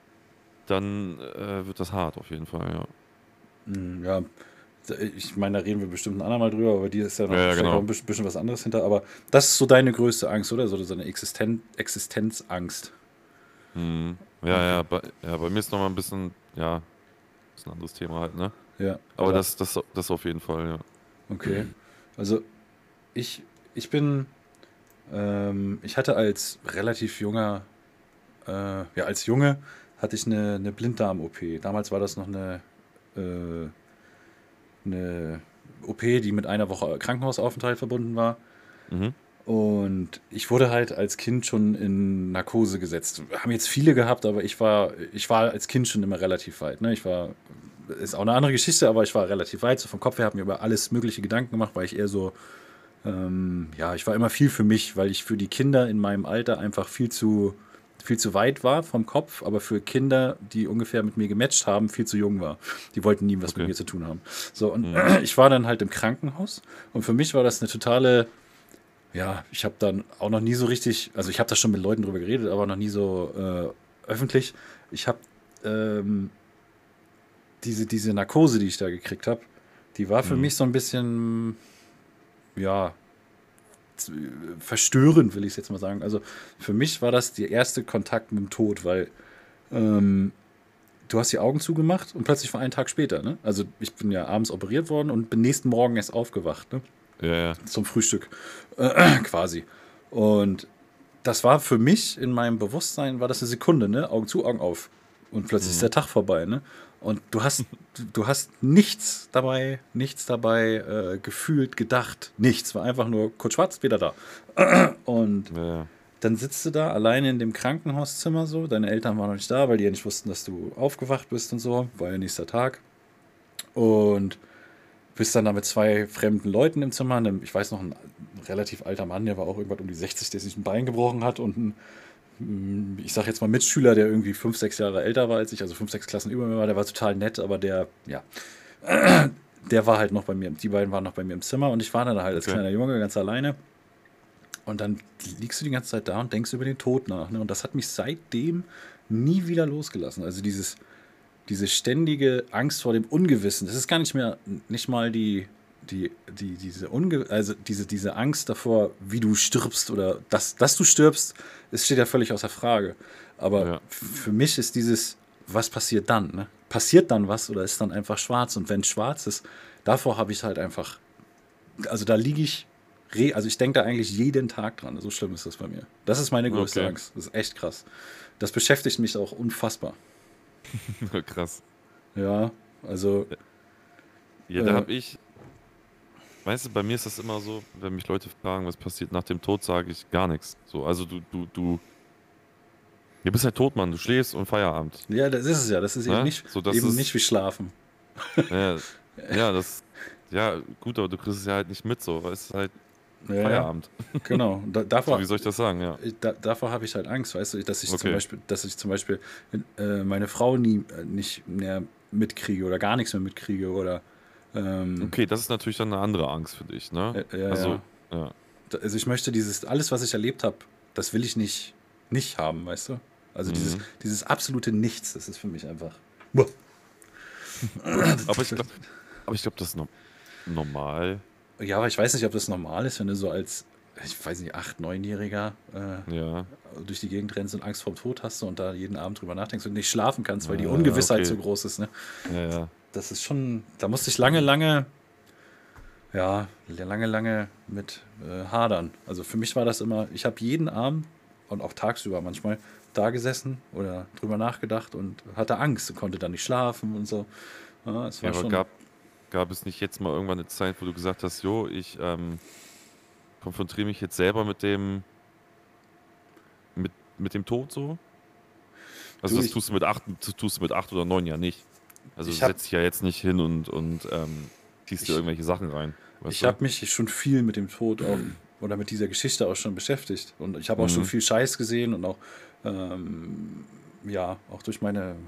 dann wird das hart auf jeden Fall, ja. ja, ich meine, da reden wir bestimmt ein andermal drüber, aber bei dir ist ja Ja, noch ja, vielleicht auch genau. ein bisschen was anderes hinter. Aber das ist so deine größte Angst, oder? So eine Existenzangst. Ja, Okay. ja, bei mir ist nochmal ein bisschen, ja, ist ein anderes Thema halt, ne? Ja, Aber das auf jeden Fall, ja. okay. Also ich, ich bin, ich hatte als relativ junger, ja, als Junge hatte ich eine Blinddarm-OP. Damals war das noch äh, eine OP, die mit einer Woche Krankenhausaufenthalt verbunden war. Mhm. Und ich wurde halt als Kind schon in Narkose gesetzt. Haben jetzt viele gehabt, aber ich war als Kind schon immer relativ weit. Ne? Ist auch eine andere Geschichte, aber ich war relativ weit. So vom Kopf her habe mir über alles mögliche Gedanken gemacht, weil ich eher so, ja, ich war immer viel für mich, weil ich für die Kinder in meinem Alter einfach viel zu weit war vom Kopf, aber für Kinder, die ungefähr mit mir gematcht haben, viel zu jung war. Die wollten nie was mit Okay. mir zu tun haben. So, und Mhm. ich war dann halt im Krankenhaus und für mich war das eine totale, ja, ich habe dann auch noch nie so richtig, also ich habe da schon mit Leuten drüber geredet, aber noch nie so öffentlich. Ich habe ähm, diese Narkose, die ich da gekriegt habe, die war für Mhm. mich so ein bisschen, ja, verstörend, will ich es jetzt mal sagen. Also für mich war das der erste Kontakt mit dem Tod, weil ähm, du hast die Augen zugemacht und plötzlich war ein Tag später. Ne? Also ich bin ja abends operiert worden und bin nächsten Morgen erst aufgewacht, ne? Ja, ja. Zum Frühstück quasi. Und das war für mich in meinem Bewusstsein, war das eine Sekunde, ne? Augen zu, Augen auf. Und plötzlich ist Mhm. der Tag vorbei, ne? Und du hast nichts dabei gefühlt, gedacht, nichts. War einfach nur kurz schwarz, wieder da. Und Ja, ja. dann sitzt du da alleine in dem Krankenhauszimmer so. Deine Eltern waren noch nicht da, weil die ja nicht wussten, dass du aufgewacht bist und so. War ja nächster Tag. Und bist dann da mit zwei fremden Leuten im Zimmer. Ich weiß noch, ein relativ alter Mann, der war auch irgendwas um die 60, der sich ein Bein gebrochen hat. Und ich sag jetzt mal Mitschüler, der irgendwie 5, 6 Jahre älter war als ich, also 5, 6 Klassen über mir war. Der war total nett, aber ja, der war halt noch bei mir. Die beiden waren noch bei mir im Zimmer und ich war dann halt als Okay. kleiner Junge ganz alleine. Und dann liegst du die ganze Zeit da und denkst über den Tod nach. Ne? Und das hat mich seitdem nie wieder losgelassen. Also diese ständige Angst vor dem Ungewissen. Das ist gar nicht mehr, nicht mal diese Angst davor, wie du stirbst oder dass du stirbst, es steht ja völlig außer Frage. Aber Ja. für mich ist was passiert dann? Ne? Passiert dann was oder ist dann einfach schwarz? Und wenn schwarz ist, davor habe ich halt einfach, also da liege ich, also ich denke da eigentlich jeden Tag dran. So schlimm ist das bei mir. Das ist meine größte Okay. Angst. Das ist echt krass. Das beschäftigt mich auch unfassbar. Krass. Ja, also, Ja, da äh, habe ich, weißt du, bei mir ist das immer so, wenn mich Leute fragen, was passiert nach dem Tod, sage ich gar nichts. So, also du bist halt tot, Mann, du schläfst und Feierabend. ja, das ist es ja. Das ist Ne? So, das eben nicht ist, wie Schlafen. ja, ja, ja, gut, aber du kriegst es ja halt nicht mit, so, weil es ist halt Ja, ja, Feierabend. genau. So, wie soll ich das sagen, ja. Davor habe ich halt Angst, weißt du, Okay. dass ich zum Beispiel meine Frau nie nicht mehr mitkriege oder gar nichts mehr mitkriege oder Okay, das ist natürlich dann eine andere Angst für dich, ne? ja, Also, ja. ja, Also ich möchte alles, was ich erlebt habe, das will ich nicht haben, weißt du? Also mhm. dieses absolute Nichts, das ist für mich einfach. Boah. Gut, aber ich glaube, das ist normal. Ja, aber ich weiß nicht, ob das normal ist, wenn du so als, ich weiß nicht, 8-, 9-Jähriger Ja, durch die Gegend rennst und Angst vorm Tod hast und da jeden Abend drüber nachdenkst und nicht schlafen kannst, weil die ja, Ungewissheit so okay. groß ist. Ne? Ja, ja. Das ist schon, da musste ich lange mit hadern. Also für mich war das immer, ich habe jeden Abend und auch tagsüber manchmal da gesessen oder drüber nachgedacht und hatte Angst und konnte dann nicht schlafen und so. Ja, es Ja, war aber schon, gab es nicht jetzt mal irgendwann eine Zeit, wo du gesagt hast, jo, ich konfrontiere mich jetzt selber mit dem Tod so? Also du, das tust du mit 8 oder 9 ja nicht. Also du ich habe setzt dich ja jetzt nicht hin und ziehst dir ich, irgendwelche Sachen rein, weißt Ich du? habe mich schon viel mit dem Tod auch oder mit dieser Geschichte auch schon beschäftigt. Und ich habe auch schon Mhm. viel Scheiß gesehen und auch ja, auch durch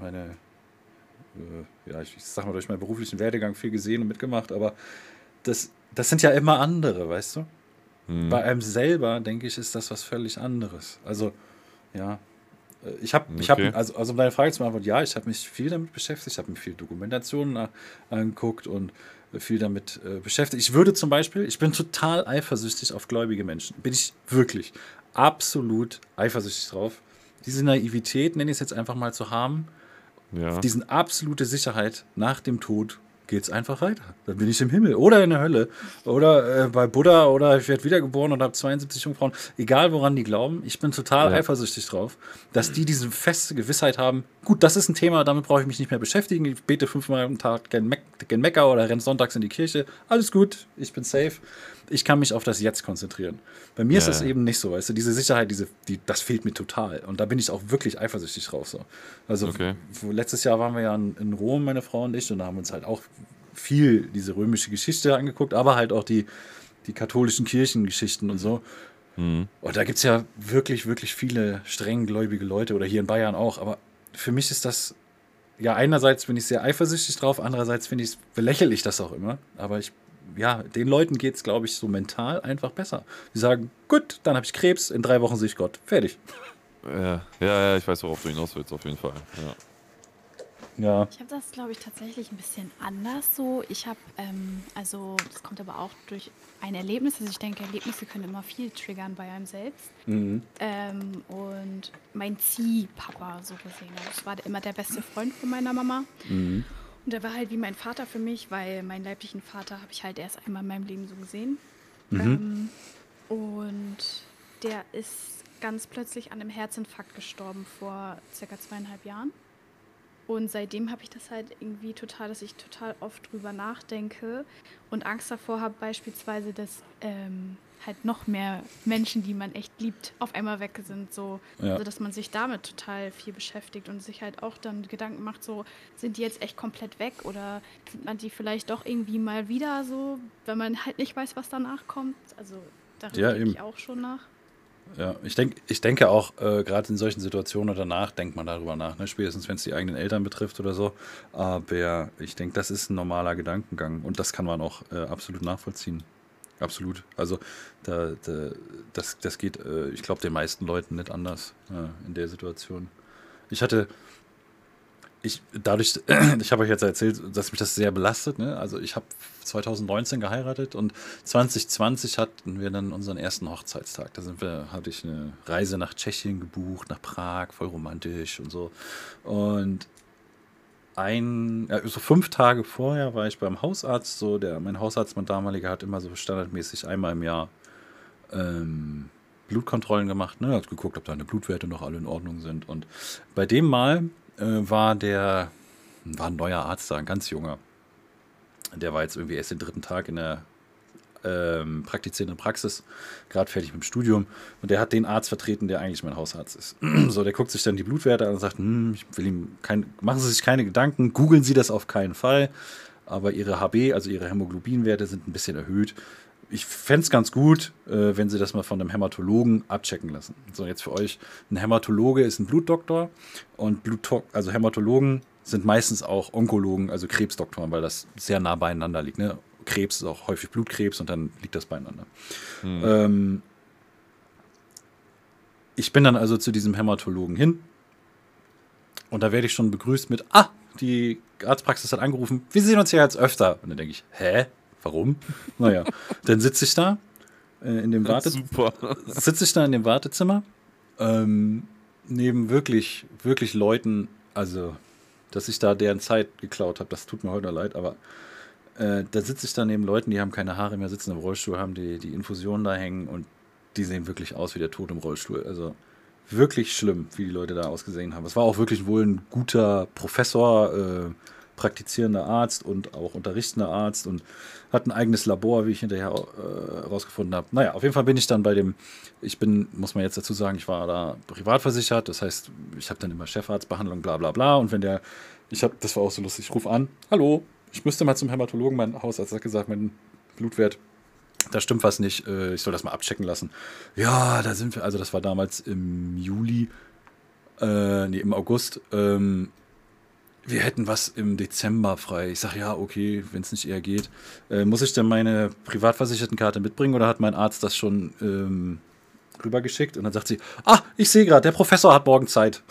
ich sag mal, durch meinen beruflichen Werdegang viel gesehen und mitgemacht, aber das sind ja immer andere, weißt du? Bei Mhm. einem selber, denke ich, ist das was völlig anderes. Also, ja, Okay. also um deine Frage zu beantworten, ja, ich habe mich viel damit beschäftigt, ich habe mir viel Dokumentationen angeguckt und viel damit beschäftigt. Ich bin total eifersüchtig auf gläubige Menschen. Bin ich wirklich absolut eifersüchtig drauf. Diese Naivität, nenne ich es jetzt einfach mal, zu haben, Ja. diesen absolute Sicherheit, nach dem Tod geht es einfach weiter. Dann bin ich im Himmel oder in der Hölle oder bei Buddha oder ich werde wiedergeboren und habe 72 Jungfrauen. Egal woran die glauben, ich bin total Ja. eifersüchtig drauf, dass die diese feste Gewissheit haben, gut, das ist ein Thema, damit brauche ich mich nicht mehr beschäftigen. Ich bete 5-mal am Tag gen Mekka oder renne sonntags in die Kirche. Alles gut, ich bin safe. Ich kann mich auf das Jetzt konzentrieren. Bei mir ist das Ja. eben nicht so, weißt du, diese Sicherheit, das fehlt mir total. Und da bin ich auch wirklich eifersüchtig drauf. So. Also Okay. letztes Jahr waren wir ja in Rom, meine Frau und ich, und da haben uns halt auch viel diese römische Geschichte angeguckt, aber halt auch die katholischen Kirchengeschichten und so. Mhm. Und da gibt es ja wirklich, wirklich viele strenggläubige Leute oder hier in Bayern auch. Aber für mich ist das, ja, einerseits bin ich sehr eifersüchtig drauf, andererseits belächle ich das auch immer. Aber den Leuten geht es, glaube ich, so mental einfach besser. Die sagen, gut, dann habe ich Krebs, in 3 Wochen sehe ich Gott. Fertig. Ja, ich weiß, worauf du hinaus willst, auf jeden Fall. Ja. Ja. Ich habe das, glaube ich, tatsächlich ein bisschen anders so. Ich habe, also das kommt aber auch durch ein Erlebnis. Also ich denke, Erlebnisse können immer viel triggern bei einem selbst. Mhm. Und mein Ziehpapa, so gesehen. Also das war immer der beste Freund von meiner Mama. Mhm. Und der war halt wie mein Vater für mich, weil meinen leiblichen Vater habe ich halt erst einmal in meinem Leben so gesehen. Mhm. Und der ist ganz plötzlich an einem Herzinfarkt gestorben vor circa 2,5 Jahren. Und seitdem habe ich das halt irgendwie total, dass ich total oft drüber nachdenke und Angst davor habe, beispielsweise, dass halt noch mehr Menschen, die man echt liebt, auf einmal weg sind. So. Ja. Also, dass man sich damit total viel beschäftigt und sich halt auch dann Gedanken macht, so, sind die jetzt echt komplett weg oder findet man die vielleicht doch irgendwie mal wieder so, wenn man halt nicht weiß, was danach kommt. Also, darüber Ja, denke eben. ich auch schon nach. Ja, ich denke auch, gerade in solchen Situationen oder danach denkt man darüber nach, ne? Spätestens wenn es die eigenen Eltern betrifft oder so. Aber ich denke, das ist ein normaler Gedankengang und das kann man auch absolut nachvollziehen. Absolut. Also das geht, ich glaube, den meisten Leuten nicht anders in der Situation. Ich hatte ich habe euch jetzt erzählt, dass mich das sehr belastet. Ne? Also ich habe 2019 geheiratet und 2020 hatten wir dann unseren ersten Hochzeitstag. Hatte ich eine Reise nach Tschechien gebucht, nach Prag, voll romantisch und so. Und so 5 Tage vorher war ich beim Hausarzt. Mein Hausarzt, mein damaliger, hat immer so standardmäßig einmal im Jahr Blutkontrollen gemacht, ne? Hat geguckt, ob deine Blutwerte noch alle in Ordnung sind. Und bei dem Mal war ein neuer Arzt da, ein ganz junger. Der war jetzt irgendwie erst den 3. Tag in der praktizierenden Praxis, gerade fertig mit dem Studium. Und der hat den Arzt vertreten, der eigentlich mein Hausarzt ist. So, der guckt sich dann die Blutwerte an und sagt, machen Sie sich keine Gedanken, googeln Sie das auf keinen Fall. Aber Ihre HB, also Ihre Hämoglobinwerte, sind ein bisschen erhöht. Ich fände es ganz gut, wenn Sie das mal von einem Hämatologen abchecken lassen. So, jetzt für euch, ein Hämatologe ist ein Blutdoktor und also Hämatologen sind meistens auch Onkologen, also Krebsdoktoren, weil das sehr nah beieinander liegt. Ne? Krebs ist auch häufig Blutkrebs und dann liegt das beieinander. Ich bin dann also zu diesem Hämatologen hin und da werde ich schon begrüßt mit, die Arztpraxis hat angerufen, wir sehen uns hier jetzt öfter. Und dann denke ich, hä? Warum? Naja, dann sitze ich da in dem Super. Wartezimmer neben wirklich, wirklich Leuten, also dass ich da deren Zeit geklaut habe, das tut mir heute noch leid, aber da sitze ich da neben Leuten, die haben keine Haare mehr, sitzen im Rollstuhl, haben die Infusionen da hängen und die sehen wirklich aus wie der Tod im Rollstuhl. Also wirklich schlimm, wie die Leute da ausgesehen haben. Es war auch wirklich wohl ein guter Professor, praktizierender Arzt und auch unterrichtender Arzt und hat ein eigenes Labor, wie ich hinterher herausgefunden habe. Naja, auf jeden Fall bin ich dann muss man jetzt dazu sagen, ich war da privat versichert, das heißt, ich habe dann immer Chefarztbehandlung, bla bla bla und das war auch so lustig, ich rufe an, hallo, ich müsste mal zum Hämatologen, mein Hausarzt hat gesagt, mein Blutwert, da stimmt was nicht, ich soll das mal abchecken lassen. Ja, da sind wir, also das war damals im Juli, Im August, wir hätten was im Dezember frei. Ich sage, ja, okay, wenn es nicht eher geht. Muss ich denn meine Privatversichertenkarte mitbringen oder hat mein Arzt das schon rübergeschickt? Und dann sagt sie, ich sehe gerade, der Professor hat morgen Zeit.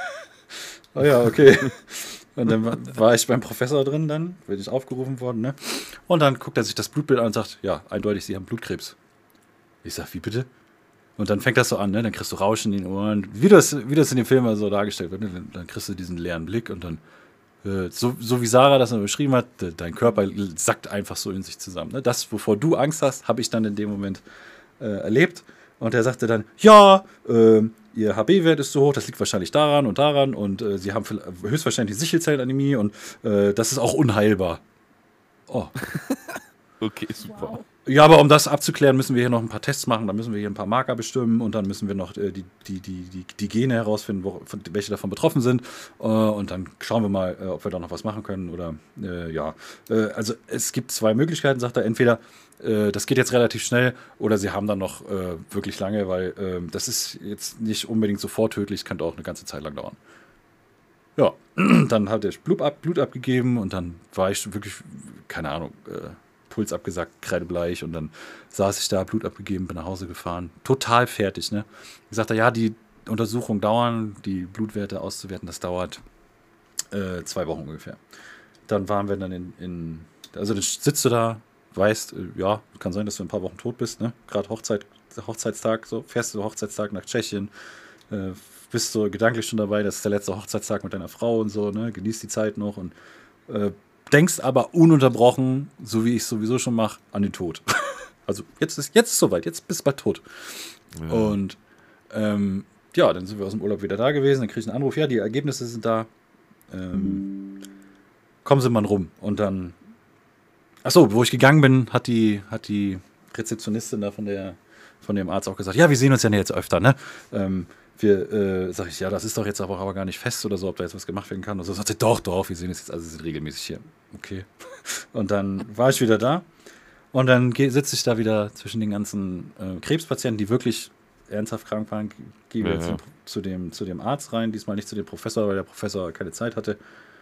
Oh ja, okay. Und dann war ich beim Professor drin, dann bin ich aufgerufen worden, ne? Und dann guckt er sich das Blutbild an und sagt, ja, eindeutig, Sie haben Blutkrebs. Ich sag, wie bitte? Und dann fängt das so an, ne? Dann kriegst du Rauschen in den Ohren, wie das in den Filmen so dargestellt wird, ne? Dann kriegst du diesen leeren Blick und dann, so wie Sarah das dann beschrieben hat, dein Körper sackt einfach so in sich zusammen. Ne? Das, wovor du Angst hast, habe ich dann in dem Moment erlebt. Und er sagte dann, ja, Ihr HB-Wert ist so hoch, das liegt wahrscheinlich daran und Sie haben höchstwahrscheinlich Sichelzellanämie und das ist auch unheilbar. Oh. Okay, super. Wow. Ja, aber um das abzuklären, müssen wir hier noch ein paar Tests machen, dann müssen wir hier ein paar Marker bestimmen und dann müssen wir noch die Gene herausfinden, welche davon betroffen sind und dann schauen wir mal, ob wir da noch was machen können oder ja. Also es gibt zwei Möglichkeiten, sagt er, entweder das geht jetzt relativ schnell oder sie haben dann noch wirklich lange, weil das ist jetzt nicht unbedingt sofort tödlich, es könnte auch eine ganze Zeit lang dauern. Ja, dann hat er Blut abgegeben und dann war ich wirklich, keine Ahnung, Puls abgesackt, kreidebleich und dann saß ich da, Blut abgegeben, bin nach Hause gefahren. Total fertig, ne? Gesagt, ja, die Untersuchungen dauern, die Blutwerte auszuwerten, das dauert 2 Wochen ungefähr. Dann waren wir dann also dann sitzt du da, weißt, ja, kann sein, dass du in ein paar Wochen tot bist, ne? Gerade Hochzeitstag, so, fährst du Hochzeitstag nach Tschechien, bist du gedanklich schon dabei, das ist der letzte Hochzeitstag mit deiner Frau und so, ne? Genießt die Zeit noch und denkst aber ununterbrochen, so wie ich es sowieso schon mache, an den Tod. Also jetzt ist soweit, jetzt bist du bald tot. Ja. Und ja, dann sind wir aus dem Urlaub wieder da gewesen, dann krieg ich einen Anruf, ja, die Ergebnisse sind da. Kommen Sie mal rum. Und dann, achso, wo ich gegangen bin, hat die Rezeptionistin da von dem Arzt auch gesagt, ja, wir sehen uns ja jetzt öfter, ne? Sag ich, ja, das ist doch jetzt aber gar nicht fest oder so, ob da jetzt was gemacht werden kann. Und so sagt sie, doch, wir sehen es jetzt, also sie sind regelmäßig hier. Okay. Und dann war ich wieder da und dann sitze ich da wieder zwischen den ganzen Krebspatienten, die wirklich ernsthaft krank waren, gehe wir jetzt zu dem Arzt rein, diesmal nicht zu dem Professor, weil der Professor keine Zeit hatte.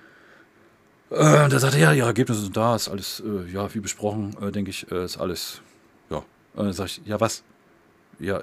Da sagte er, ja, Ihre Ergebnisse sind da, ist alles, ja, wie besprochen, denke ich, ist alles, ja. Dann sag ich, ja, was? Ja,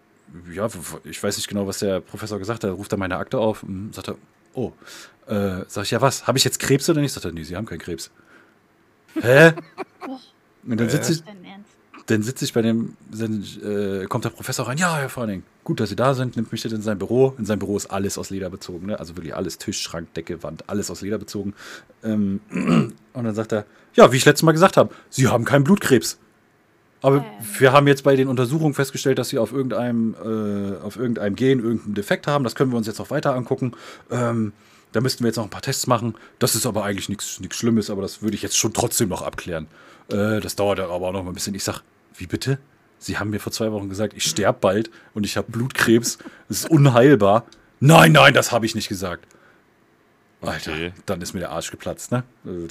ich weiß nicht genau, was der Professor gesagt hat. Ruft er meine Akte auf und sagt er, oh. Sag ich, ja was, habe ich jetzt Krebs oder nicht? Sagt er, nee, Sie haben keinen Krebs. Hä? Und dann sitze ich bei dem, kommt der Professor rein, ja, Herr Farning, gut, dass Sie da sind, nimmt mich jetzt in sein Büro. In seinem Büro ist alles aus Leder bezogen, ne? Also wirklich alles, Tisch, Schrank, Decke, Wand, alles aus Leder bezogen. Und dann sagt er, ja, wie ich letztes Mal gesagt habe, Sie haben keinen Blutkrebs. Aber wir haben jetzt bei den Untersuchungen festgestellt, dass sie auf irgendeinem Gen irgendeinen Defekt haben. Das können wir uns jetzt noch weiter angucken. Da müssten wir jetzt noch ein paar Tests machen. Das ist aber eigentlich nichts Schlimmes, aber das würde ich jetzt schon trotzdem noch abklären. Das dauert aber auch noch mal ein bisschen. Ich sag, wie bitte? Sie haben mir vor 2 Wochen gesagt, ich sterbe bald und ich habe Blutkrebs. Das ist unheilbar. Nein, das habe ich nicht gesagt. Alter, dann ist mir der Arsch geplatzt, ne?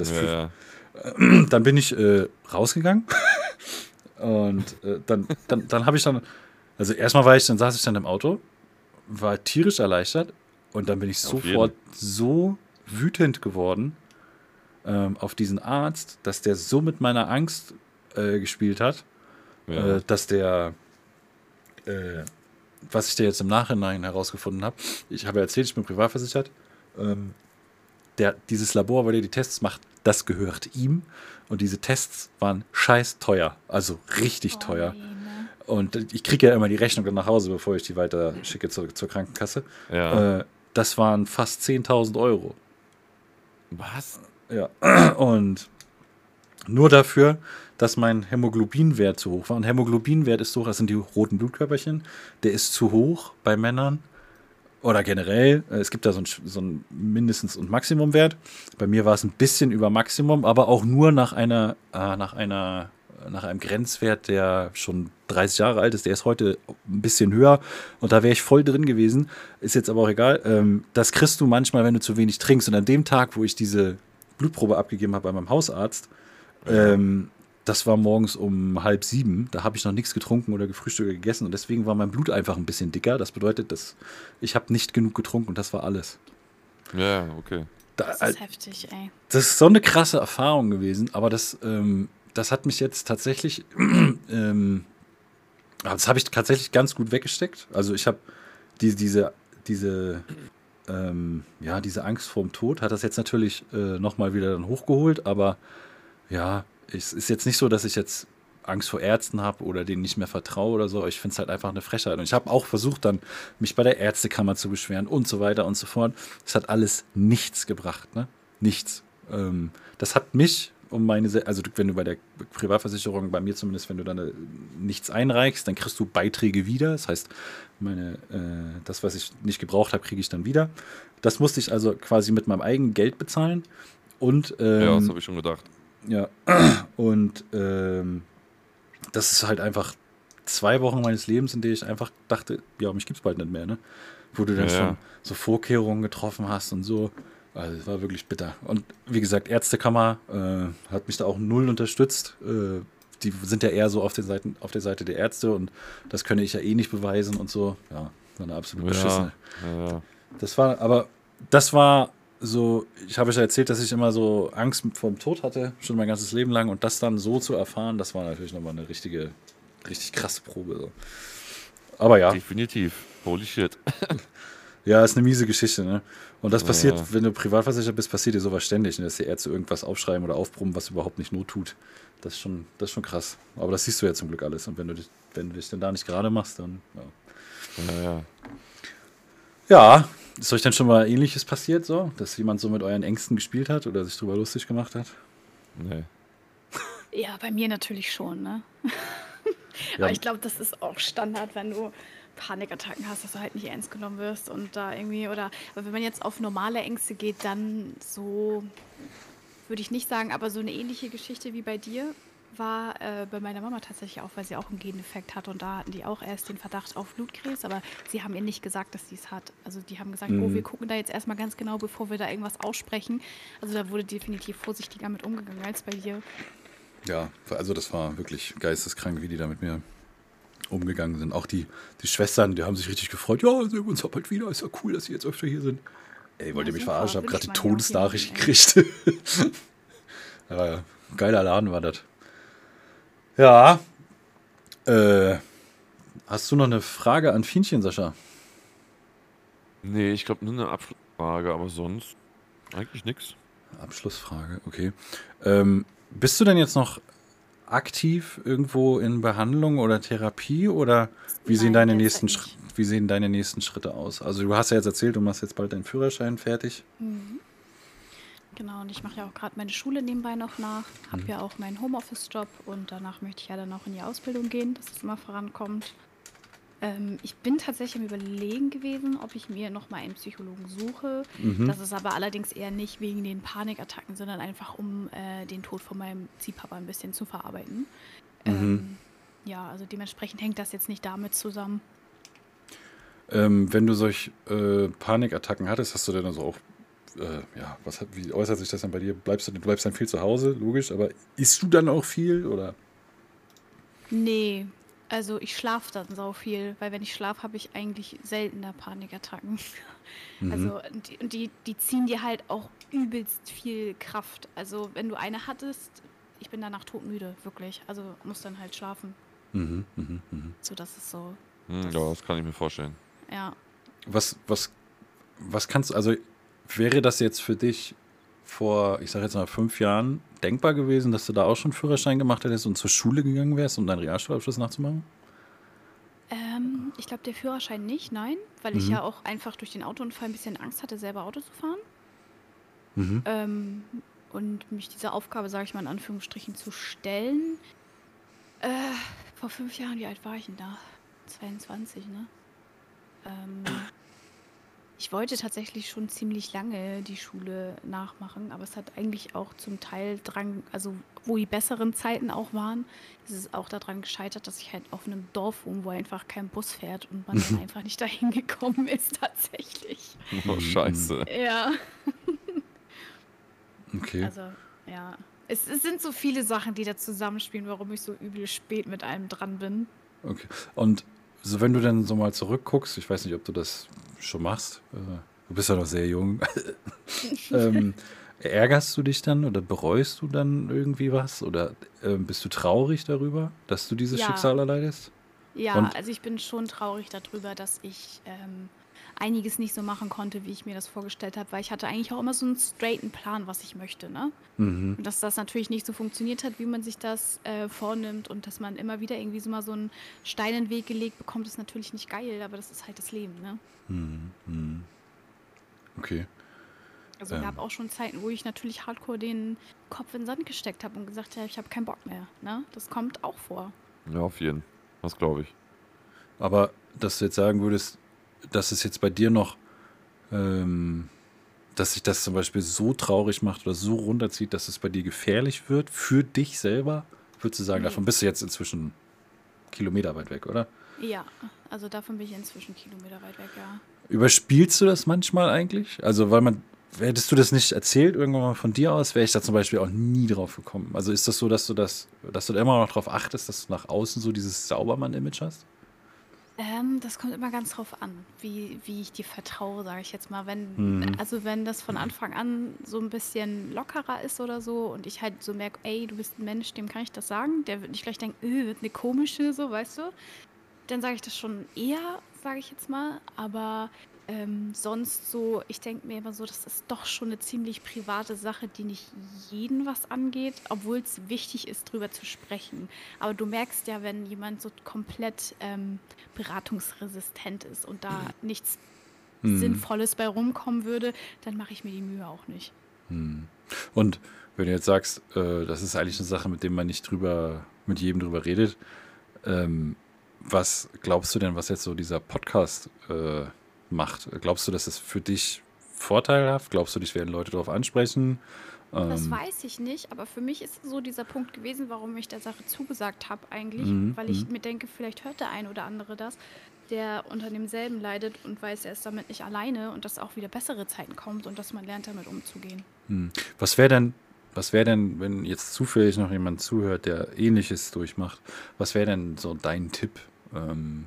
Dann bin ich rausgegangen. Und dann habe ich also erstmal saß ich dann im Auto, war tierisch erleichtert und dann bin ich sofort so wütend geworden auf diesen Arzt, dass der so mit meiner Angst gespielt hat, dass was ich da jetzt im Nachhinein herausgefunden habe, ich habe erzählt, ich bin privatversichert, dieses Labor, wo der die Tests macht, das gehört ihm. Und diese Tests waren scheiß teuer. Also richtig teuer. Nee, ne? Und ich kriege ja immer die Rechnung dann nach Hause, bevor ich die weiter schicke zur Krankenkasse. Ja. Das waren fast 10.000 Euro. Was? Ja. Und nur dafür, dass mein Hämoglobinwert zu hoch war. Und Hämoglobinwert ist so hoch, das sind die roten Blutkörperchen. Der ist zu hoch bei Männern. Oder generell, es gibt da so einen Mindestens- und Maximumwert. Bei mir war es ein bisschen über Maximum, aber auch nur nach einem Grenzwert, der schon 30 Jahre alt ist. Der ist heute ein bisschen höher und da wäre ich voll drin gewesen. Ist jetzt aber auch egal. Das kriegst du manchmal, wenn du zu wenig trinkst. Und an dem Tag, wo ich diese Blutprobe abgegeben habe bei meinem Hausarzt, das war morgens um 6:30. Da habe ich noch nichts getrunken oder gefrühstückt oder gegessen. Und deswegen war mein Blut einfach ein bisschen dicker. Das bedeutet, dass ich habe nicht genug getrunken und das war alles. Ja, okay. Das ist heftig, ey. Das ist so eine krasse Erfahrung gewesen, aber das hat mich jetzt tatsächlich, das habe ich tatsächlich ganz gut weggesteckt. Also ich habe diese Angst vorm Tod hat das jetzt natürlich nochmal wieder dann hochgeholt, aber ja, es ist jetzt nicht so, dass ich jetzt Angst vor Ärzten habe oder denen nicht mehr vertraue oder so. Ich finde es halt einfach eine Frechheit. Und ich habe auch versucht, dann mich bei der Ärztekammer zu beschweren und so weiter und so fort. Es hat alles nichts gebracht, ne? Nichts. Das hat mich also wenn du bei der Privatversicherung, bei mir zumindest, wenn du dann nichts einreichst, dann kriegst du Beiträge wieder. Das heißt, das, was ich nicht gebraucht habe, kriege ich dann wieder. Das musste ich also quasi mit meinem eigenen Geld bezahlen. Und Ja, das habe ich schon gedacht. ja, und das ist halt einfach 2 Wochen meines Lebens, in denen ich einfach dachte, ja, mich gibt's bald nicht mehr, ne? Wo du dann schon so Vorkehrungen getroffen hast und so. Also es war wirklich bitter. Und wie gesagt, Ärztekammer hat mich da auch null unterstützt. Die sind ja eher so auf der Seite der Ärzte und das könne ich ja eh nicht beweisen und so. Ja, war eine absolute Beschissene. Ja. Das war so, ich habe euch ja erzählt, dass ich immer so Angst vor dem Tod hatte, schon mein ganzes Leben lang. Und das dann so zu erfahren, das war natürlich nochmal eine richtig krasse Probe. So. Aber ja. Definitiv. Holy shit. Ja, ist eine miese Geschichte, ne? Und das passiert, wenn du privatversichert bist, passiert dir sowas ständig, ne? Dass die Ärzte irgendwas aufschreiben oder aufbrummen, was überhaupt nicht Not tut. Das ist schon krass. Aber das siehst du ja zum Glück alles. Und wenn du dich dann da nicht gerade machst, dann, ja. Ja, ist euch denn schon mal Ähnliches passiert, so? Dass jemand so mit euren Ängsten gespielt hat oder sich drüber lustig gemacht hat? Nee. Ja, bei mir natürlich schon, ne? Ja. Aber ich glaube, das ist auch Standard, wenn du Panikattacken hast, dass du halt nicht ernst genommen wirst und da irgendwie, aber wenn man jetzt auf normale Ängste geht, dann so, würde ich nicht sagen, aber so eine ähnliche Geschichte wie bei dir war bei meiner Mama tatsächlich auch, weil sie auch einen Gendefekt hat und da hatten die auch erst den Verdacht auf Blutkrebs, aber sie haben ihr nicht gesagt, dass sie es hat. Also die haben gesagt, wir gucken da jetzt erstmal ganz genau, bevor wir da irgendwas aussprechen. Also da wurde definitiv vorsichtiger mit umgegangen als bei dir. Ja, also das war wirklich geisteskrank, wie die da mit mir umgegangen sind. Auch die Schwestern, die haben sich richtig gefreut. Ja, sehen wir uns bald wieder. Ist ja cool, dass sie jetzt öfter hier sind. Ey, wollt ihr mich verarschen? Ich habe gerade die Todesnachricht gekriegt. Geiler Laden war das. Ja. Hast du noch eine Frage an Fienchen, Sascha? Nee, ich glaube nur eine Abschlussfrage, aber sonst eigentlich nichts. Abschlussfrage, okay. Bist du denn jetzt noch aktiv irgendwo in Behandlung oder Therapie oder wie sehen deine nächsten Schritte aus? Also du hast ja jetzt erzählt, du machst jetzt bald deinen Führerschein fertig. Mhm. Genau, und ich mache ja auch gerade meine Schule nebenbei noch nach, habe ja auch meinen Homeoffice-Job und danach möchte ich ja dann auch in die Ausbildung gehen, dass es immer vorankommt. Ich bin tatsächlich am Überlegen gewesen, ob ich mir nochmal einen Psychologen suche. Das ist aber allerdings eher nicht wegen den Panikattacken, sondern einfach um den Tod von meinem Ziehpapa ein bisschen zu verarbeiten. Ja, also dementsprechend hängt das jetzt nicht damit zusammen. Wenn du solch Panikattacken hattest, hast du denn also auch, wie äußert sich das dann bei dir? Du bleibst dann viel zu Hause, logisch, aber isst du dann auch viel, oder? Nee, also ich schlafe dann sau viel, weil wenn ich schlafe, habe ich eigentlich seltener Panikattacken. Also die ziehen dir halt auch übelst viel Kraft. Also wenn du eine hattest, ich bin danach todmüde, wirklich. Also muss dann halt schlafen. So, das ist so. Ja, das kann ich mir vorstellen. Ja. Was kannst du, also wäre das jetzt für dich vor, ich sage jetzt mal 5 Jahren denkbar gewesen, dass du da auch schon Führerschein gemacht hättest und zur Schule gegangen wärst, um deinen Realschulabschluss nachzumachen? Ich glaube, der Führerschein nicht, nein, weil ich ja auch einfach durch den Autounfall ein bisschen Angst hatte, selber Auto zu fahren. Und mich dieser Aufgabe, sage ich mal in Anführungsstrichen, zu stellen. Vor 5 Jahren, wie alt war ich denn da? 22, ne? Ich wollte tatsächlich schon ziemlich lange die Schule nachmachen, aber es hat eigentlich auch zum Teil also wo die besseren Zeiten auch waren, ist es auch daran gescheitert, dass ich halt auf einem Dorf wohne, wo einfach kein Bus fährt und man dann einfach nicht dahin gekommen ist tatsächlich. Oh, scheiße. Ja. Okay. Also, ja. Es sind so viele Sachen, die da zusammenspielen, warum ich so übel spät mit allem dran bin. Okay. Und so, wenn du dann so mal zurückguckst, ich weiß nicht, ob du das schon machst, du bist ja noch sehr jung, ärgerst du dich dann oder bereust du dann irgendwie was? Oder bist du traurig darüber, dass du dieses Ja, Schicksal erleidest? ja, Und also ich bin schon traurig darüber, dass ich einiges nicht so machen konnte, wie ich mir das vorgestellt habe, weil ich hatte eigentlich auch immer so einen straighten Plan, was ich möchte, ne? mhm, Und dass das natürlich nicht so funktioniert hat, wie man sich das vornimmt und dass man immer wieder irgendwie so mal so einen Stein in den Weg gelegt bekommt, ist natürlich nicht geil, aber das ist halt das Leben, ne? okay. Also gab Ähm, auch schon Zeiten, wo ich natürlich hardcore den Kopf in den Sand gesteckt habe und gesagt habe, ich habe keinen Bock mehr, ne? Das kommt auch vor. Ja, auf jeden. Das glaube ich. aber dass du jetzt sagen würdest, dass es jetzt bei dir noch, ähm, dass sich das zum Beispiel so traurig macht oder so runterzieht, dass es bei dir gefährlich wird für dich selber, würdest du sagen, Nee. davon bist du jetzt inzwischen kilometerweit weg, oder? Ja, also davon bin ich inzwischen kilometerweit weg, ja. Überspielst du das manchmal eigentlich? Also, weil hättest du das nicht erzählt, irgendwann mal von dir aus, wäre ich da zum Beispiel auch nie drauf gekommen. Also ist das so, dass du da immer noch drauf achtest, dass du nach außen so dieses Saubermann-Image hast? Das kommt immer ganz drauf an, wie ich dir vertraue, sage ich jetzt mal. Mhm. Also wenn das von Anfang an so ein bisschen lockerer ist oder so und ich halt so merke, ey, du bist ein Mensch, dem kann ich das sagen, der wird nicht gleich denken, wird eine komische, so, weißt du? Dann sage ich das schon eher, sage ich jetzt mal. Aber sonst so, ich denke mir immer so, das ist doch schon eine ziemlich private Sache, die nicht jeden was angeht, obwohl es wichtig ist, drüber zu sprechen. Aber du merkst ja, wenn jemand so komplett beratungsresistent ist und da nichts Mhm. Sinnvolles bei rumkommen würde, dann mache ich mir die Mühe auch nicht. Mhm. Und wenn du jetzt sagst, das ist eigentlich eine Sache, mit der man nicht mit jedem drüber redet, ähm, was glaubst du denn, was jetzt so dieser Podcast macht? Glaubst du, dass es für dich vorteilhaft? Glaubst du, dich werden Leute darauf ansprechen? Das Ähm, weiß ich nicht, aber für mich ist so dieser Punkt gewesen, warum ich der Sache zugesagt habe eigentlich, mhm, weil ich mhm, mir denke, vielleicht hört der ein oder andere das, der unter demselben leidet und weiß, er ist damit nicht alleine und dass auch wieder bessere Zeiten kommt und dass man lernt, damit umzugehen. mhm. Was wäre denn, wenn jetzt zufällig noch jemand zuhört, der Ähnliches durchmacht, was wäre denn so dein Tipp, ähm,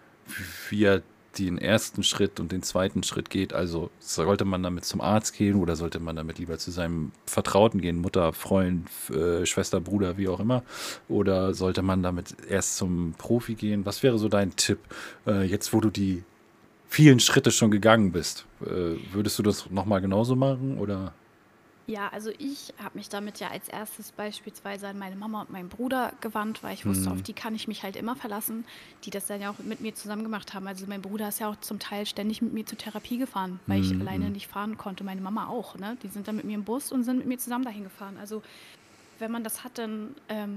wie er den ersten Schritt und den zweiten Schritt geht? Also sollte man damit zum Arzt gehen oder sollte man damit lieber zu seinem Vertrauten gehen, Mutter, Freund, Schwester, Bruder, wie auch immer? Oder sollte man damit erst zum Profi gehen? Was wäre so dein Tipp, jetzt wo du die vielen Schritte schon gegangen bist? Würdest du das nochmal genauso machen oder? Ja, also ich habe mich damit ja als erstes beispielsweise an meine Mama und meinen Bruder gewandt, weil ich wusste, auf Hm, die kann ich mich halt immer verlassen, die das dann ja auch mit mir zusammen gemacht haben. Also mein Bruder ist ja auch zum Teil ständig mit mir zur Therapie gefahren, weil ich hm, alleine hm, nicht fahren konnte. Meine Mama auch, ne? Die sind dann mit mir im Bus und sind mit mir zusammen dahin gefahren. Also wenn man das hat, dann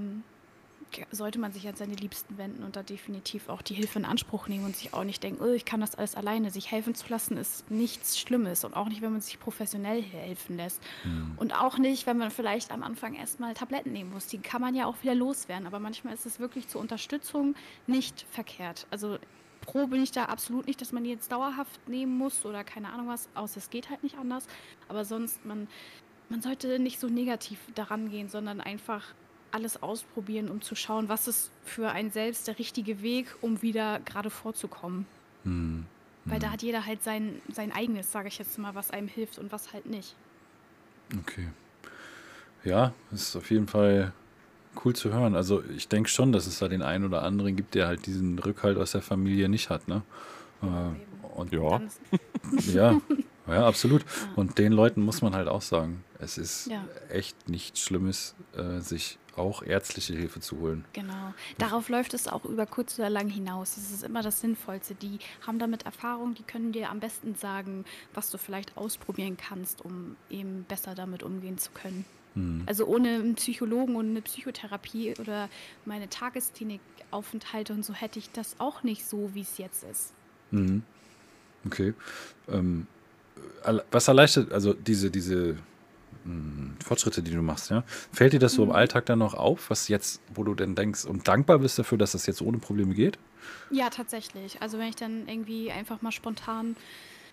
sollte man sich an seine Liebsten wenden und da definitiv auch die Hilfe in Anspruch nehmen und sich auch nicht denken, oh, ich kann das alles alleine. Sich helfen zu lassen ist nichts Schlimmes und auch nicht, wenn man sich professionell helfen lässt. hm, Und auch nicht, wenn man vielleicht am Anfang erstmal Tabletten nehmen muss. Die kann man ja auch wieder loswerden, aber manchmal ist es wirklich zur Unterstützung nicht verkehrt. Also pro bin ich da absolut nicht, dass man die jetzt dauerhaft nehmen muss oder keine Ahnung was, außer es geht halt nicht anders. Aber sonst, man sollte nicht so negativ daran gehen, sondern einfach alles ausprobieren, um zu schauen, was ist für einen selbst der richtige Weg, um wieder gerade vorzukommen. hm, Weil da hm. hat jeder halt sein eigenes, sage ich jetzt mal, was einem hilft und was halt nicht. Okay. Ja, das ist auf jeden Fall cool zu hören. Also ich denke schon, dass es da den einen oder anderen gibt, der halt diesen Rückhalt aus der Familie nicht hat, ne? Genau, eben. Und Ja, Ganz, ja, ja, absolut. ja, Und den Leuten muss man halt auch sagen, es ist ja, echt nichts Schlimmes, sich auch ärztliche Hilfe zu holen. genau. Darauf läuft es auch über kurz oder lang hinaus. Das ist immer das Sinnvollste. Die haben damit Erfahrung, die können dir am besten sagen, was du vielleicht ausprobieren kannst, um eben besser damit umgehen zu können. Hm, Also ohne einen Psychologen und eine Psychotherapie oder meine Tagesklinikaufenthalte und so hätte ich das auch nicht so, wie es jetzt ist. mhm, okay. Ähm, was erleichtert, also diese Fortschritte, die du machst, ja? Fällt dir das so im Mhm. Alltag dann noch auf, was jetzt, wo du denn denkst und dankbar bist dafür, dass das jetzt ohne Probleme geht? Ja, tatsächlich. Also wenn ich dann irgendwie einfach mal spontan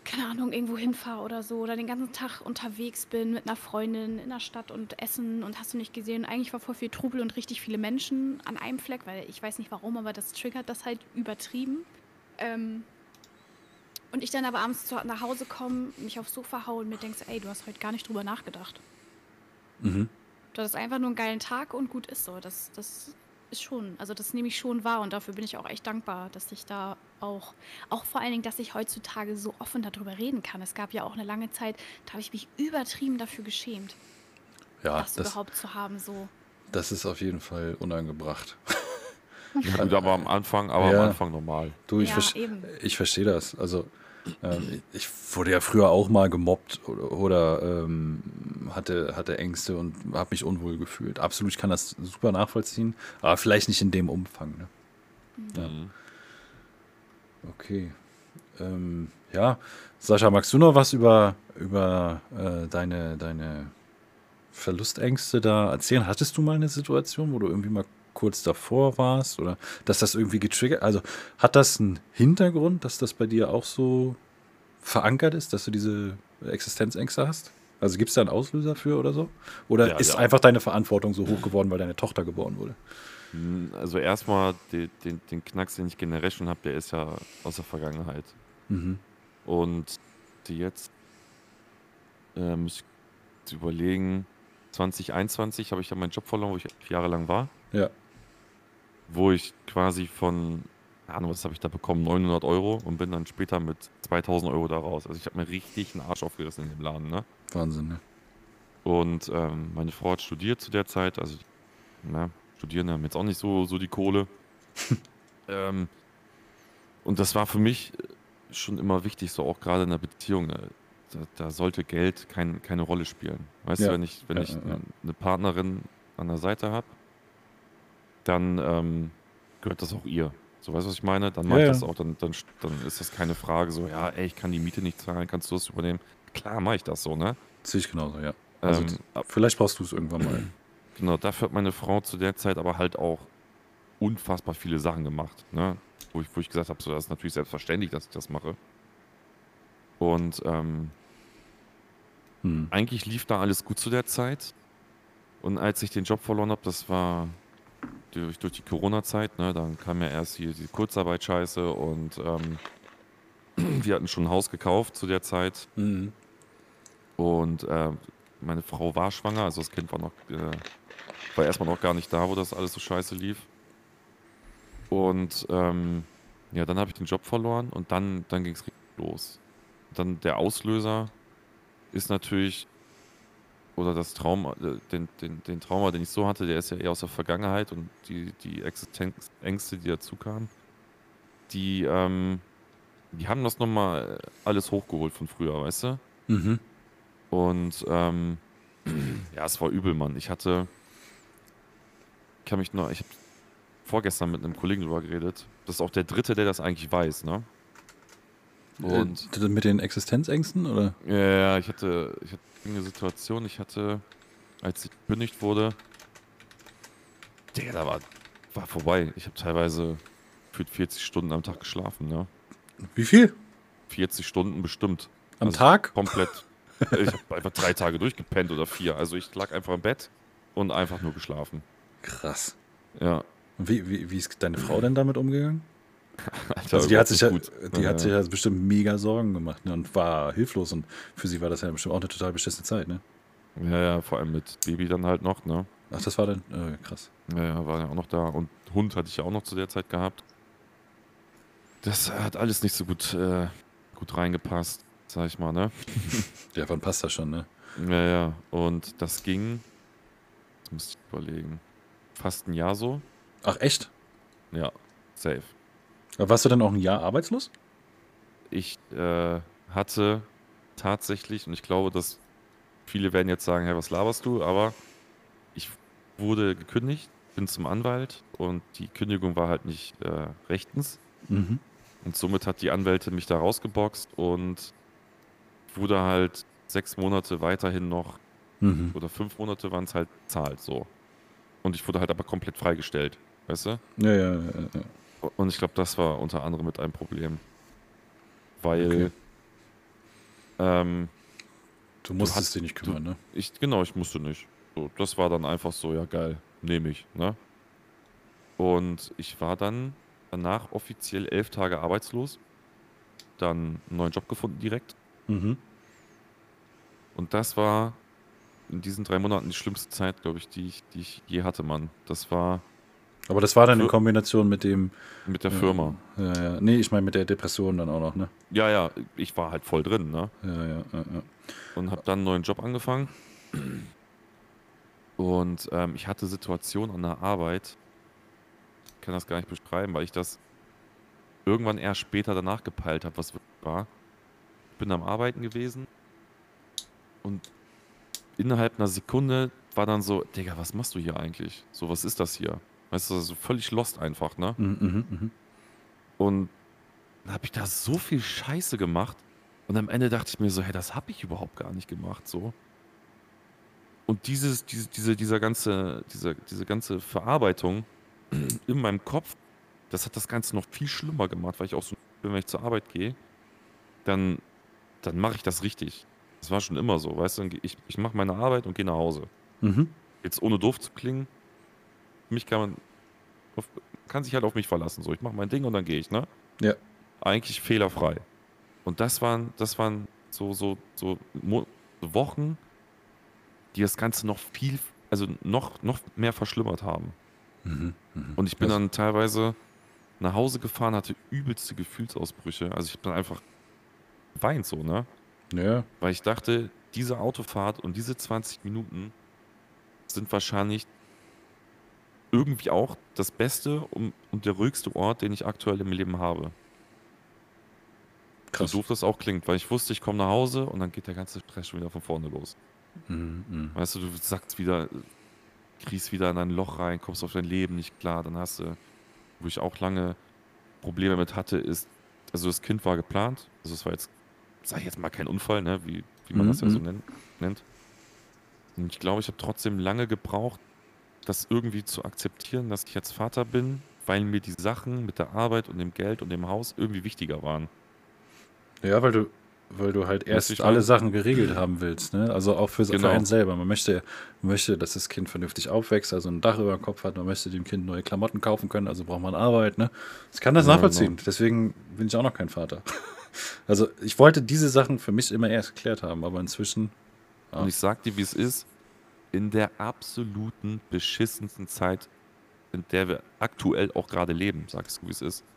keine Ahnung, irgendwo hinfahre oder so oder den ganzen Tag unterwegs bin mit einer Freundin in der Stadt und essen und hast du nicht gesehen, eigentlich war voll viel Trubel und richtig viele Menschen an einem Fleck, weil ich weiß nicht warum, aber das triggert das halt übertrieben. Ähm, und ich dann aber abends nach Hause komme, mich aufs Sofa haue und mir denke, ey, du hast heute gar nicht drüber nachgedacht. Mhm. Du hattest einfach nur einen geilen Tag und gut ist so. Das ist schon, also das nehme ich schon wahr und dafür bin ich auch echt dankbar, dass ich da auch vor allen Dingen, dass ich heutzutage so offen darüber reden kann. Es gab ja auch eine lange Zeit, da habe ich mich übertrieben dafür geschämt, Ja, das überhaupt zu haben, so. das ist auf jeden Fall unangebracht. Ja, gut, aber am Anfang normal. Du, Ja, eben. ich verstehe das. Also, ich wurde ja früher auch mal gemobbt oder hatte Ängste und habe mich unwohl gefühlt. Absolut, ich kann das super nachvollziehen, aber vielleicht nicht in dem Umfang. Ne? Ja. Mhm. Okay. Ja, Sascha, magst du noch was über deine Verlustängste da erzählen? Hattest du mal eine Situation, wo du irgendwie mal kurz davor warst oder dass das irgendwie getriggert? Also hat das einen Hintergrund, dass das bei dir auch so verankert ist, dass du diese Existenzängste hast? Also gibt es da einen Auslöser für oder so? Oder Ja, ist ja. einfach deine Verantwortung so hoch geworden, weil deine Tochter geboren wurde? Also erstmal den Knacks, den ich generell schon habe, der ist ja aus der Vergangenheit. Mhm. Und die jetzt, muss ich überlegen, 2021 habe ich ja meinen Job verloren, wo ich 4 Jahre lang war, Ja. wo ich quasi von, keine Ahnung, was habe ich da bekommen, 900 Euro und bin dann später mit 2000 Euro da raus. Also ich habe mir richtig einen Arsch aufgerissen in dem Laden, ne? Wahnsinn, ne? Und meine Frau hat studiert zu der Zeit, also Studierende haben jetzt auch nicht so die Kohle. Und das war für mich schon immer wichtig, so auch gerade in einer Beziehung. Ne? Da sollte Geld keine Rolle spielen. Weißt du, Ja. wenn ich Ja. eine Partnerin an der Seite habe, dann gehört das auch ihr. So, weißt du, was ich meine? Dann mache ich Ja. das auch, dann ist das keine Frage so, ja, ey, ich kann die Miete nicht zahlen, kannst du das übernehmen? Klar mache ich das so, ne? Sehe ich genauso, ja. Also vielleicht brauchst du es irgendwann mal. Genau, dafür hat meine Frau zu der Zeit aber halt auch unfassbar viele Sachen gemacht, ne? Wo ich gesagt habe, so, das ist natürlich selbstverständlich, dass ich das mache. Und eigentlich lief da alles gut zu der Zeit. Und als ich den Job verloren habe, das war durch die Corona-Zeit, ne? Dann kam ja erst hier die Kurzarbeit-Scheiße und wir hatten schon ein Haus gekauft zu der Zeit. Mhm. Und meine Frau war schwanger, also das Kind war erstmal noch gar nicht da, wo das alles so scheiße lief. Und ja, dann habe ich den Job verloren und dann ging es los. Dann der Auslöser ist natürlich, oder das Trauma, den Trauma, den ich so hatte, der ist ja eher aus der Vergangenheit und die Existenzängste, die dazu kamen, die haben das nochmal alles hochgeholt von früher, weißt du? Mhm. Und ja, es war übel, Mann. Ich habe vorgestern mit einem Kollegen drüber geredet. Das ist auch der Dritte, der das eigentlich weiß, ne? Und Mit den Existenzängsten, oder? ja, ich hatte eine Situation, als ich gekündigt wurde, da war vorbei. Ich habe teilweise für 40 Stunden am Tag geschlafen, ne? Wie viel? 40 Stunden bestimmt. Am Also Tag? Komplett. Ich habe einfach 3 Tage durchgepennt oder 4. Also ich lag einfach im Bett und einfach nur geschlafen. Krass. Ja. Und wie ist deine Frau denn damit umgegangen? Alter, Also die hat überhaupt sich nicht gut. hat sich ja bestimmt mega Sorgen gemacht, ne, und war hilflos und für sie war das ja bestimmt auch eine total beschissene Zeit, ne? Ja, vor allem mit Baby dann halt noch, ne? Ach, das war dann krass. Ja, war ja auch noch da. Und Hund hatte ich ja auch noch zu der Zeit gehabt. Das hat alles nicht so gut reingepasst, sag ich mal, ne? Ja, wann passt das schon, ne? Ja. Und das ging, das müsste ich überlegen, fast ein Jahr so. Ach, echt? Ja, safe. Aber warst du dann auch ein Jahr arbeitslos? Ich hatte tatsächlich, und ich glaube, dass viele werden jetzt sagen, hey, was laberst du? Aber ich wurde gekündigt, bin zum Anwalt und die Kündigung war halt nicht rechtens. Mhm. Und somit hat die Anwältin mich da rausgeboxt und wurde halt 6 Monate weiterhin noch, oder 5 Monate waren es halt zahlt so. Und ich wurde halt aber komplett freigestellt, weißt du? Ja. Und ich glaube, das war unter anderem mit einem Problem. Weil Okay. Ähm, Du musstest hast- dich nicht kümmern, ne? ich musste nicht. So, das war dann einfach so, ja geil, nehme ich, ne? Und ich war dann danach offiziell 11 Tage arbeitslos, dann einen neuen Job gefunden direkt. Mhm. Und das war in diesen 3 Monaten die schlimmste Zeit, glaube ich, die ich je hatte, Mann. Das war Aber das war dann in für, Kombination mit dem, mit der Firma. ja, ja. Nee, ich meine mit der Depression dann auch noch, ne? Ja, ja, ich war halt voll drin, ne? Ja, ja, ja. Und habe dann einen neuen Job angefangen. Und ich hatte Situationen an der Arbeit, ich kann das gar nicht beschreiben, weil ich das irgendwann erst später danach gepeilt habe, was wirklich war. Ich bin am Arbeiten gewesen und innerhalb einer Sekunde war dann so, Digga, was machst du hier eigentlich? So, was ist das hier? Weißt du, so völlig lost einfach, ne? Mhm, mhm, mhm. Und dann habe ich da so viel Scheiße gemacht und am Ende dachte ich mir so, hey, das habe ich überhaupt gar nicht gemacht, so. Und diese ganze Verarbeitung in meinem Kopf, das hat das Ganze noch viel schlimmer gemacht, weil ich auch so, wenn ich zur Arbeit gehe, dann, dann mache ich das richtig. Das war schon immer so, weißt du, ich mache meine Arbeit und gehe nach Hause. Mhm. Jetzt ohne doof zu klingen, mich kann sich halt auf mich verlassen. So, ich mache mein Ding und dann gehe ich, ne? Ja. Eigentlich fehlerfrei. Und das waren so Wochen, die das Ganze noch viel, also noch mehr verschlimmert haben. Mhm. Mhm. Und ich bin Das- dann teilweise nach Hause gefahren, hatte übelste Gefühlsausbrüche. Also ich habe dann einfach geweint so, ne? Ja, Weil ich dachte, diese Autofahrt und diese 20 Minuten sind wahrscheinlich irgendwie auch das beste und der ruhigste Ort, den ich aktuell im Leben habe. So krass. doof das auch klingt, weil ich wusste, ich komme nach Hause und dann geht der ganze Stress schon wieder von vorne los. Mhm. Mhm. Weißt du, du sagst wieder, kriegst wieder in ein Loch rein, kommst auf dein Leben nicht klar, dann hast du, wo ich auch lange Probleme mit hatte, ist, also das Kind war geplant, also es war jetzt, sag ich jetzt mal kein Unfall, ne, wie man das ja so Mhm. nennt. Und ich glaube, ich habe trotzdem lange gebraucht, das irgendwie zu akzeptieren, dass ich jetzt Vater bin, weil mir die Sachen mit der Arbeit und dem Geld und dem Haus irgendwie wichtiger waren. Ja, weil du halt Weißt du, erst ich alle meine? Sachen geregelt haben willst, ne? Also auch für einen Genau, selber. Man möchte, dass das Kind vernünftig aufwächst, also ein Dach über dem Kopf hat, man möchte dem Kind neue Klamotten kaufen können, also braucht man Arbeit, ne? Ich kann das ja, genau. nachvollziehen, deswegen bin ich auch noch kein Vater. Also ich wollte diese Sachen für mich immer erst geklärt haben, aber inzwischen, Und ja. ich sag dir, wie es ist, in der absoluten beschissensten Zeit, in der wir aktuell auch gerade leben, sagst du, wie es ist,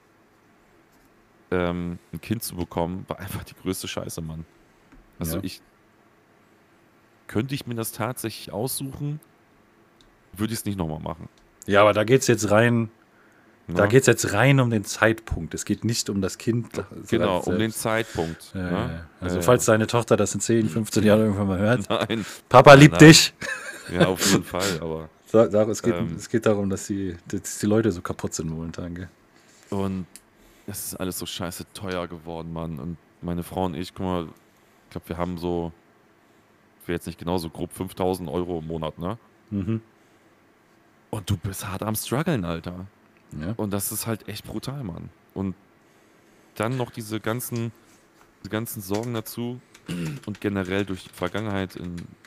ein Kind zu bekommen, war einfach die größte Scheiße, Mann. Also Ja. könnte ich mir das tatsächlich aussuchen, würde ich es nicht nochmal machen. Ja, aber da geht's jetzt rein. Da Ne? geht es jetzt rein um den Zeitpunkt. Es geht nicht um das Kind Genau, um den selbst. Zeitpunkt. Ne? Also, Ja, falls ja. deine Tochter das in 10, 15 Jahren irgendwann mal hört, Nein, Papa liebt nein. dich. Ja, auf jeden Fall, aber. Ähm, Es geht darum, dass die Leute so kaputt sind momentan. Gell? und es ist alles so scheiße teuer geworden, Mann. Und meine Frau und ich, guck mal, ich glaube, wir haben so, ich will jetzt nicht genau, so grob 5.000 Euro im Monat, ne? Mhm. Und du bist hart am struggeln, Alter. Ja. Und das ist halt echt brutal, Mann. Und dann noch diese ganzen Sorgen dazu und generell durch die Vergangenheit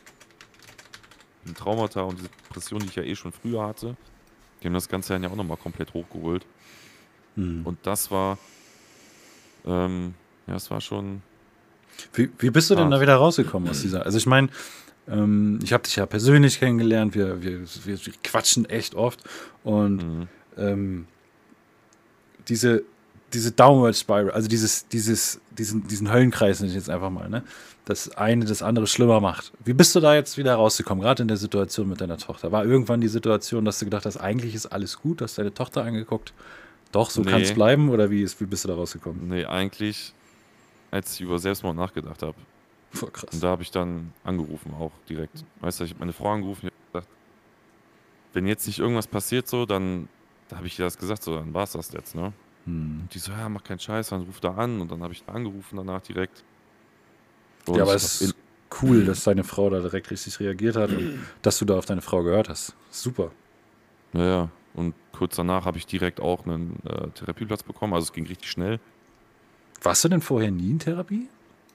in Traumata und diese Depression, die ich ja eh schon früher hatte, die haben das Ganze dann ja auch nochmal komplett hochgeholt. Mhm. Und das war, ja, es war schon Wie bist du denn da hart. wieder rausgekommen aus dieser? Also ich meine, ich habe dich ja persönlich kennengelernt, wir quatschen echt oft und Mhm. ähm, diese Downward Spiral, also diesen Höllenkreis nenne ich jetzt einfach mal, ne? Das eine das andere schlimmer macht. Wie bist du da jetzt wieder rausgekommen, gerade in der Situation mit deiner Tochter? War irgendwann die Situation, dass du gedacht hast, eigentlich ist alles gut, hast deine Tochter angeguckt, doch, so kann es Nee, bleiben, oder wie bist du da rausgekommen? nee, eigentlich, als ich über Selbstmord nachgedacht habe. Voll Und krass. da habe ich dann angerufen, auch direkt. Weißt du, ich habe meine Frau angerufen, ich habe gesagt, wenn jetzt nicht irgendwas passiert, so, dann, da habe ich ihr das gesagt, so, dann war es das jetzt, ne? Hm. Und die so, ja, mach keinen Scheiß, dann ruf da an. Und dann habe ich da angerufen danach direkt. Und Ja, aber ich es habe ist cool, dass deine Frau da direkt richtig reagiert hat und dass du da auf deine Frau gehört hast. Super. ja, und kurz danach habe ich direkt auch einen Therapieplatz bekommen. Also es ging richtig schnell. Warst du denn vorher nie in Therapie?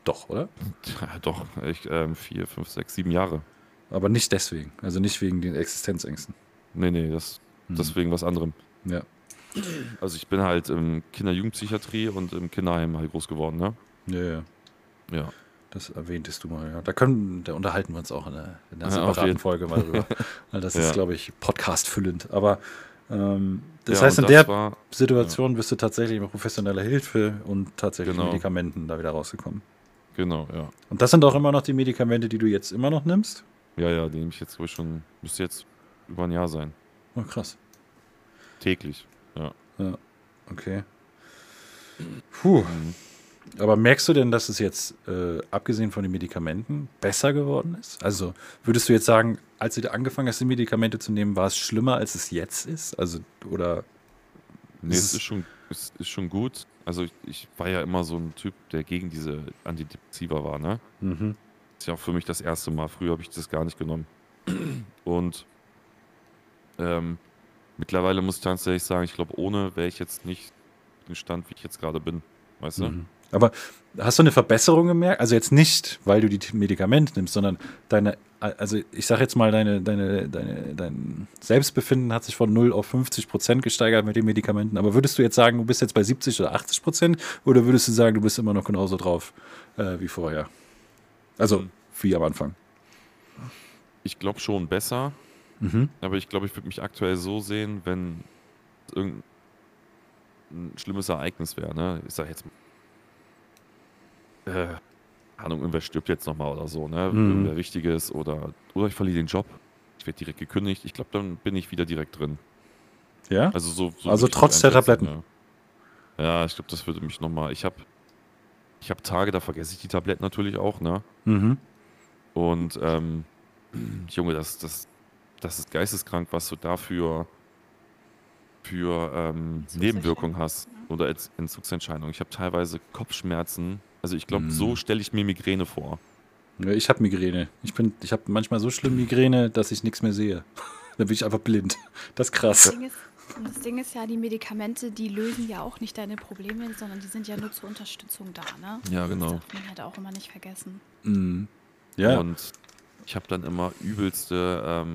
Doch, oder? Ja, doch, 4, 5, 6, 7 Jahre. Aber nicht deswegen. Also nicht wegen den Existenzängsten. Nee, Hm. deswegen was anderem. Ja. Also ich bin halt im Kinder-Jugendpsychiatrie und im Kinderheim halt groß geworden, ne? Ja. Ja. Das erwähntest du mal, ja. Da unterhalten wir uns auch in einer Auf separaten jeden Folge mal drüber. Weil das ist, Ja. glaube ich, podcast-füllend. Aber das Ja, heißt, und in der das war, Situation bist du tatsächlich mit professioneller Hilfe und tatsächlich Genau. Medikamenten da wieder rausgekommen. genau, ja. Und das sind auch immer noch die Medikamente, die du jetzt immer noch nimmst? Ja, die nehme ich jetzt, glaube ich, müsste jetzt über ein Jahr sein. Oh, krass. Täglich. Ja. Ja, okay. Puh. Mhm. Aber merkst du denn, dass es jetzt, abgesehen von den Medikamenten, besser geworden ist? Also würdest du jetzt sagen, als du angefangen hast, die Medikamente zu nehmen, war es schlimmer, als es jetzt ist? Also, oder Nee, ist es ist schon gut. Also ich war ja immer so ein Typ, der gegen diese Antidepressiva war, ne? Mhm. Ist ja auch für mich das erste Mal. Früher habe ich das gar nicht genommen. Und mittlerweile muss ich tatsächlich sagen, ich glaube, ohne wäre ich jetzt nicht den Stand, wie ich jetzt gerade bin. Weißt du? Mhm. Aber hast du eine Verbesserung gemerkt? Also jetzt nicht, weil du die Medikamente nimmst, sondern also ich sage jetzt mal, dein Selbstbefinden hat sich von 0 auf 50% gesteigert mit den Medikamenten. Aber würdest du jetzt sagen, du bist jetzt bei 70 oder 80%? Oder würdest du sagen, du bist immer noch genauso drauf wie vorher? Also Mhm. wie am Anfang. Ich glaube schon besser, Mhm. aber ich glaube, ich würde mich aktuell so sehen, wenn irgendein schlimmes Ereignis wäre, ne? Ich sag jetzt Ahnung, irgendwer stirbt jetzt nochmal oder so, ne? Mhm. Irgendwer Wichtiges oder ich verliere den Job. Ich werde direkt gekündigt. Ich glaube, dann bin ich wieder direkt drin. Ja? Also so Also würde ich trotz mich der einschätzen, Tabletten. ja, ich glaube, das würde mich nochmal. Ich hab Tage, da vergesse ich die Tabletten natürlich auch, ne? Mhm. Und Junge, das ist geisteskrank, was du dafür für Nebenwirkungen hast oder Entzugserscheinungen. Ich habe teilweise Kopfschmerzen. Also ich glaube, so stelle ich mir Migräne vor. Ja, ich habe Migräne. Ich habe manchmal so schlimm Migräne, dass ich nichts mehr sehe. Dann bin ich einfach blind. Das ist krass. Das Ding ist ja, die Medikamente, die lösen ja auch nicht deine Probleme, sondern die sind ja nur zur Unterstützung da, ne? Ja, genau. Das darf man halt auch immer nicht vergessen. Mhm. Ja. Und ich habe dann immer übelste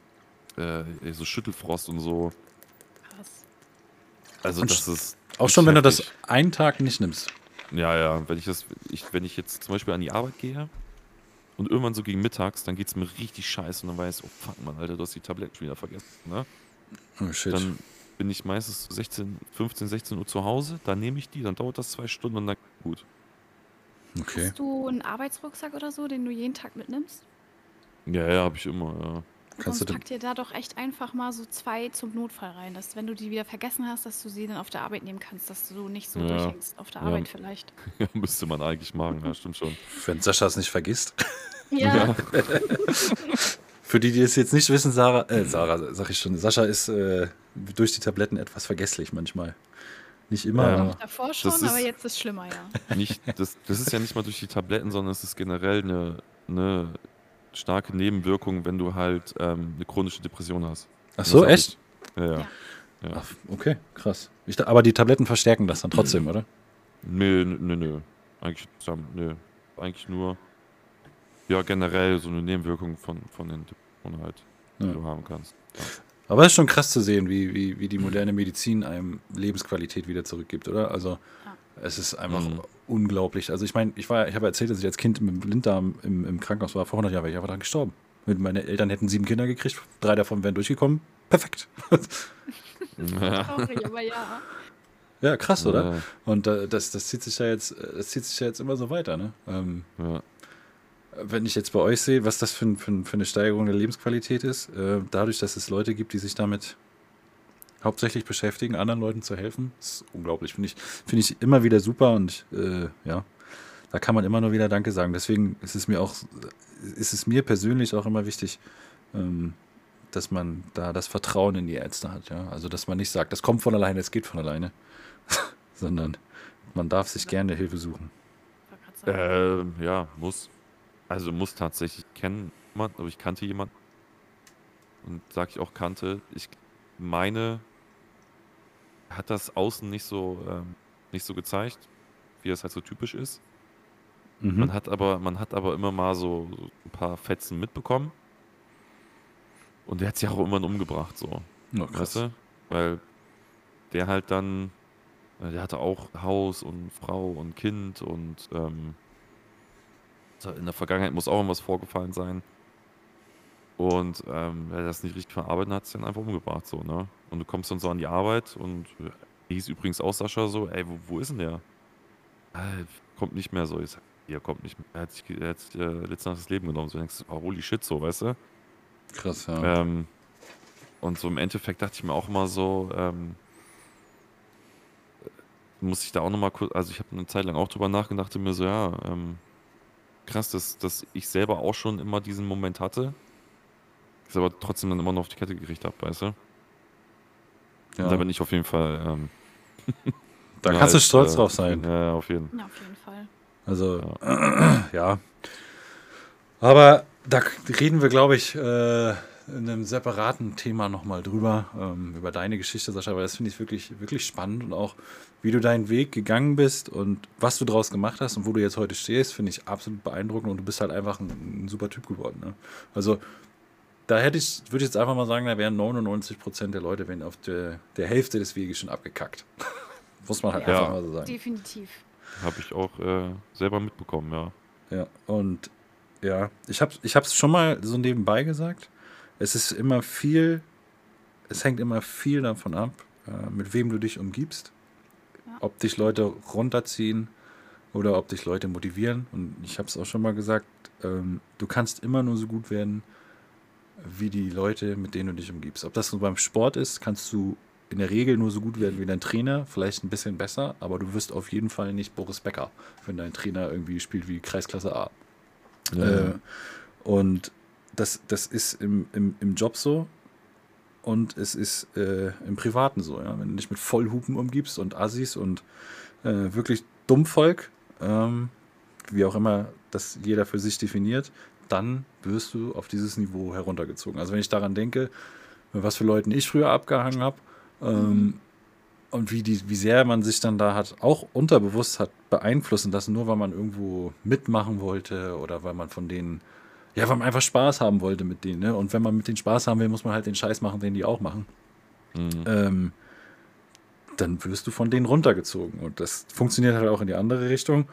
so Schüttelfrost und so. Krass. Also Und das ist Auch schon, wenn du das heftig. einen Tag nicht nimmst. Ja, wenn ich jetzt zum Beispiel an die Arbeit gehe und irgendwann so gegen mittags, dann geht es mir richtig scheiße und dann weiß ich, oh fuck man, Alter, du hast die Tabletten schon wieder vergessen, ne? Oh shit. Dann bin ich meistens 15, 16 Uhr zu Hause, dann nehme ich die, dann dauert das 2 Stunden und dann gut. Okay. Hast du einen Arbeitsrucksack oder so, den du jeden Tag mitnimmst? Ja, habe ich immer, ja. Kannst du Sonst pack dir da doch echt einfach mal so 2 zum Notfall rein, dass wenn du die wieder vergessen hast, dass du sie dann auf der Arbeit nehmen kannst, dass du nicht so Ja. durchhängst auf der Ja. Arbeit vielleicht. Ja, müsste man eigentlich machen, ja, stimmt schon. Wenn Sascha es nicht vergisst. Ja, Für die es jetzt nicht wissen, Sarah, sag ich schon, Sascha ist durch die Tabletten etwas vergesslich manchmal. Nicht immer, Ja. aber davor schon, ist- aber jetzt ist schlimmer, ja. Das ist ja nicht mal durch die Tabletten, sondern es ist generell eine starke Nebenwirkung, wenn du halt eine chronische Depression hast. ach so, Das hab echt? Ja. Ja. Ja. Ach, okay, krass. Aber die Tabletten verstärken das dann trotzdem, oder? Nö. Eigentlich nur, ja, generell so eine Nebenwirkung von den Depressionen halt, die Ja. du haben kannst. Ja. Aber es ist schon krass zu sehen, wie die moderne Medizin einem Lebensqualität wieder zurückgibt, oder? Also Ja. es ist einfach Mhm. unglaublich. Also ich meine, ich habe erzählt, dass ich als Kind mit Blinddarm im Krankenhaus war. Vor 100 Jahren wäre ich einfach daran gestorben. Meine Eltern hätten 7 Kinder gekriegt, 3 davon wären durchgekommen. Perfekt. Traurig, aber ja. Ja, krass, oder? Ja, Und das zieht sich ja jetzt immer so weiter, ne? ja. Wenn ich jetzt bei euch sehe, was das für eine Steigerung der Lebensqualität ist, dadurch, dass es Leute gibt, die sich damit hauptsächlich beschäftigen, anderen Leuten zu helfen, ist unglaublich. Finde ich immer wieder super und ja, da kann man immer nur wieder Danke sagen. Deswegen ist es mir persönlich auch immer wichtig, dass man da das Vertrauen in die Ärzte hat, ja. Also dass man nicht sagt, das kommt von alleine, es geht von alleine, sondern man darf sich gerne Hilfe suchen. Ich wollte grad sagen. Ja, muss tatsächlich kennen jemand, aber ich kannte jemanden und sag ich auch kannte. Ich meine, hat das außen nicht so gezeigt, wie es halt so typisch ist. Mhm. Man hat aber immer mal so ein paar Fetzen mitbekommen und der hat sich auch irgendwann umgebracht, so, Ja, weißt krass. du? Weil der halt dann, der hatte auch Haus und Frau und Kind und in der Vergangenheit muss auch irgendwas vorgefallen sein. Und weil er das nicht richtig verarbeitet hat, hat sich dann einfach umgebracht, so, ne? Und du kommst dann so an die Arbeit und hieß übrigens auch Sascha so, ey, wo ist denn der? Kommt nicht mehr so. Ich sag, hier kommt nicht mehr. Er hat sich letzte Nacht das Leben genommen. So denkst du, oh, holy shit, so, weißt du? Krass, ja. Ähm, und so im Endeffekt dachte ich mir auch immer so, muss ich da auch nochmal kurz, also ich habe eine Zeit lang auch drüber nachgedacht und mir so, ja, krass, dass ich selber auch schon immer diesen Moment hatte, ich aber trotzdem dann immer noch auf die Kette gekriegt habe, weißt du? Und da Ja. bin ich auf jeden Fall Da mehr kannst du als stolz drauf zufrieden. sein. Ja, auf jeden Fall. Ja, auf jeden Fall. Also, Ja. ja. Aber da reden wir, glaube ich, in einem separaten Thema nochmal drüber, über deine Geschichte, Sascha, weil das finde ich wirklich, wirklich spannend und auch, wie du deinen Weg gegangen bist und was du draus gemacht hast und wo du jetzt heute stehst, finde ich absolut beeindruckend und du bist halt einfach ein super Typ geworden. Ne? Also, würde ich jetzt einfach mal sagen, da wären 99% der Leute wären auf der Hälfte des Weges schon abgekackt. Muss man halt Ja, einfach Ja, mal so sagen. definitiv. habe ich auch selber mitbekommen, ja. Ja, und ja, ich hab's schon mal so nebenbei gesagt. Es ist immer viel, es hängt immer viel davon ab, mit wem du dich umgibst. Ja. Ob dich Leute runterziehen oder ob dich Leute motivieren. Und ich habe es auch schon mal gesagt, du kannst immer nur so gut werden, wie die Leute, mit denen du dich umgibst. Ob das nur beim Sport ist, kannst du in der Regel nur so gut werden wie dein Trainer, vielleicht ein bisschen besser, aber du wirst auf jeden Fall nicht Boris Becker, wenn dein Trainer irgendwie spielt wie Kreisklasse A. Ja, Äh, ja. und das ist im Job so und es ist im Privaten so. Ja? Wenn du dich mit Vollhupen umgibst und Assis und wirklich Dummvolk, wie auch immer das jeder für sich definiert, dann wirst du auf dieses Niveau heruntergezogen. Also wenn ich daran denke, mit was für Leuten ich früher abgehangen habe, Mhm. und wie sehr man sich dann da hat, auch unterbewusst hat beeinflussen lassen, nur weil man irgendwo mitmachen wollte oder weil man von denen, ja, weil man einfach Spaß haben wollte mit denen. Ne? Und wenn man mit denen Spaß haben will, muss man halt den Scheiß machen, den die auch machen. Mhm. Ähm, dann wirst du von denen runtergezogen. Und das funktioniert halt auch in die andere Richtung.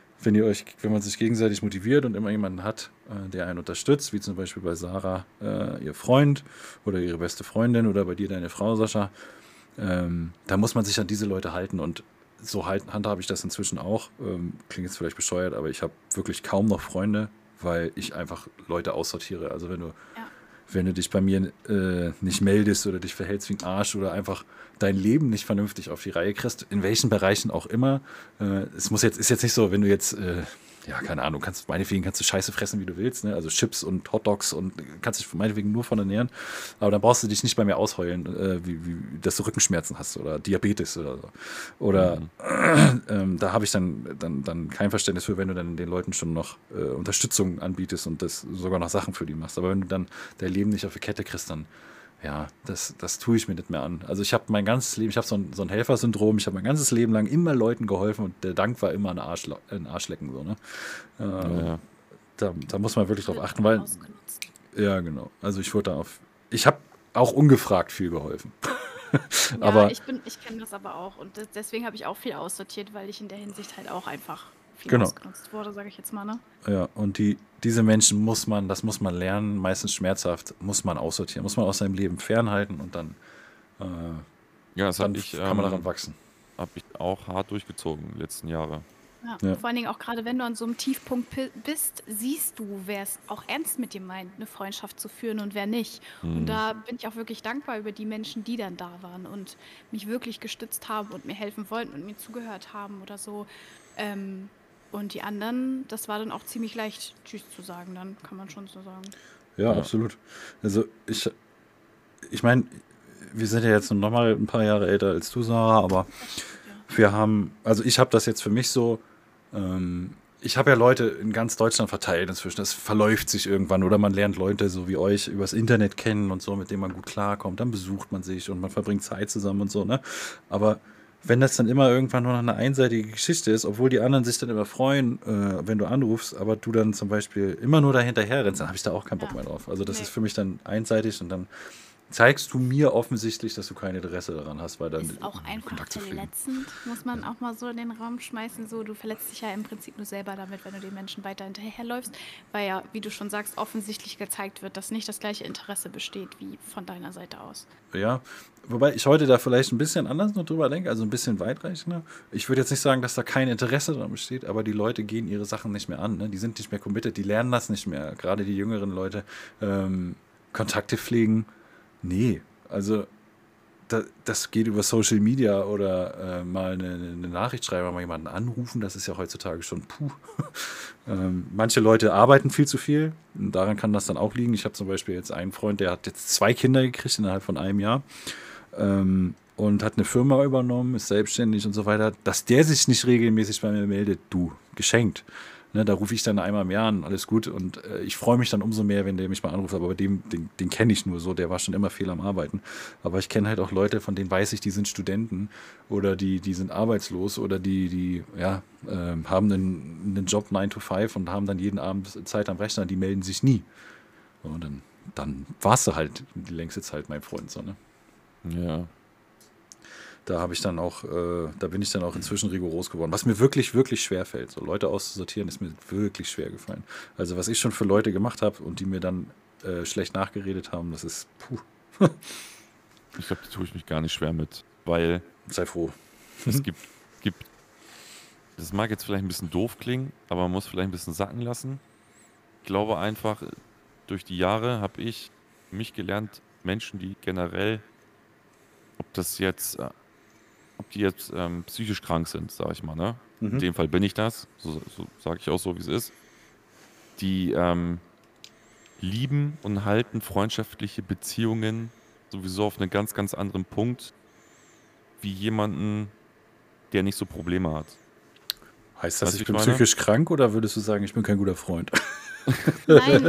Wenn man sich gegenseitig motiviert und immer jemanden hat, der einen unterstützt, wie zum Beispiel bei Sarah, ihr Freund oder ihre beste Freundin oder bei dir deine Frau, Sascha, da muss man sich an diese Leute halten und so handhabe ich das inzwischen auch. Klingt jetzt vielleicht bescheuert, aber ich habe wirklich kaum noch Freunde, weil ich einfach Leute aussortiere. Also Ja. wenn du dich bei mir nicht meldest oder dich verhältst wie ein Arsch oder einfach dein Leben nicht vernünftig auf die Reihe kriegst, in welchen Bereichen auch immer. Ist jetzt nicht so, wenn du jetzt, ja, keine Ahnung, meinetwegen kannst du Scheiße fressen, wie du willst, ne? Also Chips und Hotdogs und kannst dich meinetwegen nur von ernähren. Aber dann brauchst du dich nicht bei mir ausheulen, dass du Rückenschmerzen hast oder Diabetes oder so. Oder Mhm. da habe ich dann kein Verständnis für, wenn du dann den Leuten schon noch Unterstützung anbietest und das sogar noch Sachen für die machst. Aber wenn du dann dein Leben nicht auf die Kette kriegst, dann, ja, das tue ich mir nicht mehr an. Also ich habe mein ganzes Leben, ich habe so ein Helfersyndrom, ich habe mein ganzes Leben lang immer Leuten geholfen und der Dank war immer ein Arschlecken. So, ne? Ja, ja. Da muss man wirklich drauf Wird achten, weil, ausgenutzt. ja, genau. Also ich habe auch ungefragt viel geholfen. Ja, Aber ich kenne das aber auch und deswegen habe ich auch viel aussortiert, weil ich in der Hinsicht halt auch einfach viel genau. ausgenutzt wurde, sage ich jetzt mal, ne? Ja, und diese Menschen das muss man lernen, meistens schmerzhaft, muss man aussortieren, muss man aus seinem Leben fernhalten und äh, Ja, das dann kann man daran wachsen. hab ich auch hart durchgezogen die letzten Jahre. Ja. Ja. Vor allen Dingen auch gerade, wenn du an so einem Tiefpunkt bist, siehst du, wer es auch ernst mit dir meint, eine Freundschaft zu führen und wer nicht. Und Mhm. da bin ich auch wirklich dankbar über die Menschen, die dann da waren und mich wirklich gestützt haben und mir helfen wollten und mir zugehört haben oder so. Und die anderen, das war dann auch ziemlich leicht, Tschüss zu sagen, dann kann man schon so sagen. Ja, Ja. absolut. Also ich meine, wir sind ja jetzt noch mal ein paar Jahre älter als du, Sarah, aber Ja. also ich habe das jetzt für mich so, ich habe ja Leute in ganz Deutschland verteilt inzwischen. Das verläuft sich irgendwann oder man lernt Leute so wie euch übers Internet kennen und so, mit denen man gut klarkommt. Dann besucht man sich und man verbringt Zeit zusammen und so, ne? Aber wenn das dann immer irgendwann nur noch eine einseitige Geschichte ist, obwohl die anderen sich dann immer freuen, wenn du anrufst, aber du dann zum Beispiel immer nur dahinterher rennst, dann habe ich da auch keinen Bock Ja. mehr drauf. Also das Nee. ist für mich dann einseitig und dann zeigst du mir offensichtlich, dass du kein Interesse daran hast, weil dann Ist auch einfach Kontakt zu pflegen. verletzend, muss man auch mal so in den Raum schmeißen. So, du verletzt dich ja im Prinzip nur selber damit, wenn du den Menschen weiter hinterherläufst, weil ja, wie du schon sagst, offensichtlich gezeigt wird, dass nicht das gleiche Interesse besteht wie von deiner Seite aus. Ja, wobei ich heute da vielleicht ein bisschen anders noch drüber denke, also ein bisschen weitreichender. Ich würde jetzt nicht sagen, dass da kein Interesse daran besteht, aber die Leute gehen ihre Sachen nicht mehr an. Ne? Die sind nicht mehr committed, die lernen das nicht mehr. Gerade die jüngeren Leute. Kontakte pflegen, nee. Also das geht über Social Media oder mal eine Nachricht schreiben, mal jemanden anrufen, das ist ja heutzutage schon puh. Manche Leute arbeiten viel zu viel, und daran kann das dann auch liegen. Ich habe zum Beispiel jetzt einen Freund, der hat jetzt 2 Kinder gekriegt innerhalb von einem Jahr und hat eine Firma übernommen, ist selbstständig und so weiter. Dass der sich nicht regelmäßig bei mir meldet, du, geschenkt. Ne, da rufe ich dann einmal im Jahr an, alles gut. Und ich freue mich dann umso mehr, wenn der mich mal anruft. Aber den kenne ich nur so, der war schon immer viel am Arbeiten. Aber ich kenne halt auch Leute, von denen weiß ich, die sind Studenten oder die sind arbeitslos oder die haben einen Job 9 to 5 und haben dann jeden Abend Zeit am Rechner, die melden sich nie. So, und dann warst du halt die längste Zeit mein Freund. So, ne? Ja. Da habe ich dann auch, da bin ich dann auch inzwischen rigoros geworden. Was mir wirklich, wirklich schwer fällt. So Leute auszusortieren, ist mir wirklich schwer gefallen. Also was ich schon für Leute gemacht habe und die mir dann schlecht nachgeredet haben, das ist, puh, Ich glaube, da tue ich mich gar nicht schwer mit, weil sei froh. es gibt, das mag jetzt vielleicht ein bisschen doof klingen, aber man muss vielleicht ein bisschen sacken lassen. Ich glaube einfach, durch die Jahre habe ich mich gelernt, Menschen, die generell, ob die jetzt psychisch krank sind, sage ich mal, ne? In dem Fall bin ich das, so sage ich auch so, wie es ist. Die lieben und halten freundschaftliche Beziehungen sowieso auf einen ganz, ganz anderen Punkt, wie jemanden, der nicht so Probleme hat. Heißt das, Weißt du, ich wie bin ich meine? psychisch krank oder würdest du sagen, ich bin kein guter Freund? Nein,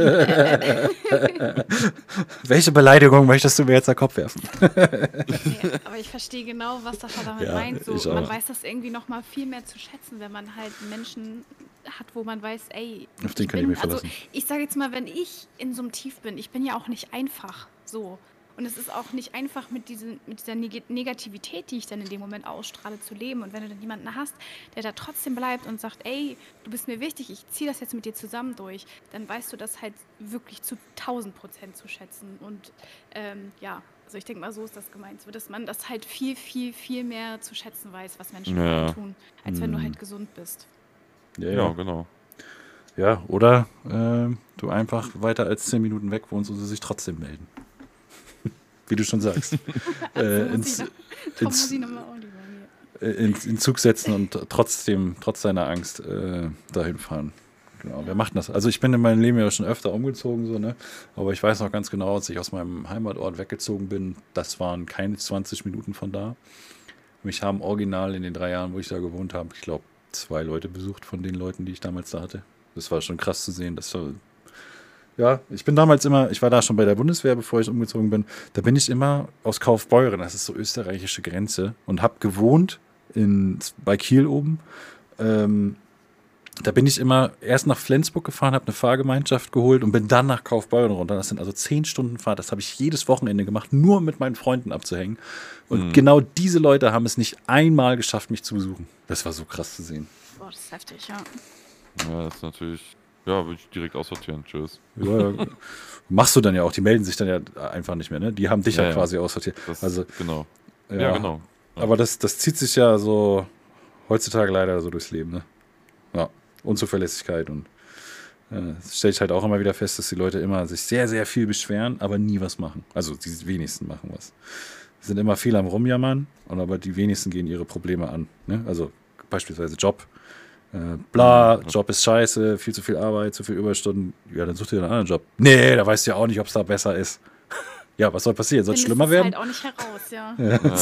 Welche Beleidigung möchtest du mir jetzt an den Kopf werfen? nee, aber ich verstehe genau, was das damit Ja, meint. So, ich man auch. weiß das irgendwie noch mal viel mehr zu schätzen, wenn man halt Menschen hat, wo man weiß, ey, Auf den kann ich mich verlassen. Also ich sage jetzt mal, wenn ich in so einem Tief bin, ich bin ja auch nicht einfach so. Und es ist auch nicht einfach, mit dieser Negativität, die ich dann in dem Moment ausstrahle, zu leben. Und wenn du dann jemanden hast, der da trotzdem bleibt und sagt, ey, du bist mir wichtig, ich ziehe das jetzt mit dir zusammen durch, dann weißt du das halt wirklich zu 1000% zu schätzen. Und also ich denke mal, so ist das gemeint, so dass man das halt viel, viel, viel mehr zu schätzen weiß, was Menschen für einen tun, als wenn du halt gesund bist. Ja, genau. Ja, oder du einfach weiter als 10 Minuten weg wohnst und sie sich trotzdem melden. Wie du schon sagst. Ins Zug setzen und trotz seiner Angst dahin fahren. Genau, wer macht das? Also ich bin in meinem Leben ja schon öfter umgezogen, so, ne? Aber ich weiß noch ganz genau, als ich aus meinem Heimatort weggezogen bin, das waren keine 20 Minuten von da. Mich haben original in den 3 Jahren, wo ich da gewohnt habe, ich glaube, 2 Leute besucht von den Leuten, die ich damals da hatte. Das war schon krass zu sehen. Ja, ich war da schon bei der Bundeswehr, bevor ich umgezogen bin. Da bin ich immer aus Kaufbeuren, das ist so österreichische Grenze, und habe gewohnt bei Kiel oben. Da bin ich immer erst nach Flensburg gefahren, habe eine Fahrgemeinschaft geholt und bin dann nach Kaufbeuren runter. Das sind also 10 Stunden Fahrt. Das habe ich jedes Wochenende gemacht, nur um mit meinen Freunden abzuhängen. Und genau diese Leute haben es nicht einmal geschafft, mich zu besuchen. Das war so krass zu sehen. Boah, das ist heftig, ja. Ja, das ist natürlich, ja, würde ich direkt aussortieren. Tschüss. Ja, machst du dann ja auch. Die melden sich dann ja einfach nicht mehr. Ne? Die haben dich Ja, ja ja. quasi aussortiert. Das, Also, genau. ja, Ja, genau. Ja. Aber das zieht sich ja so heutzutage leider so durchs Leben. Ne? Ja, Unzuverlässigkeit und das stelle ich halt auch immer wieder fest, dass die Leute immer sich sehr, sehr viel beschweren, aber nie was machen. Also die wenigsten machen was. Sie sind immer viel am Rumjammern, aber die wenigsten gehen ihre Probleme an. Ne? Also beispielsweise Job. Job ist scheiße, viel zu viel Arbeit, zu viel Überstunden. Ja, dann such dir einen anderen Job. Nee, da weißt du ja auch nicht, ob es da besser ist. Ja, was soll passieren? Soll es schlimmer werden? Halt auch nicht heraus, ja.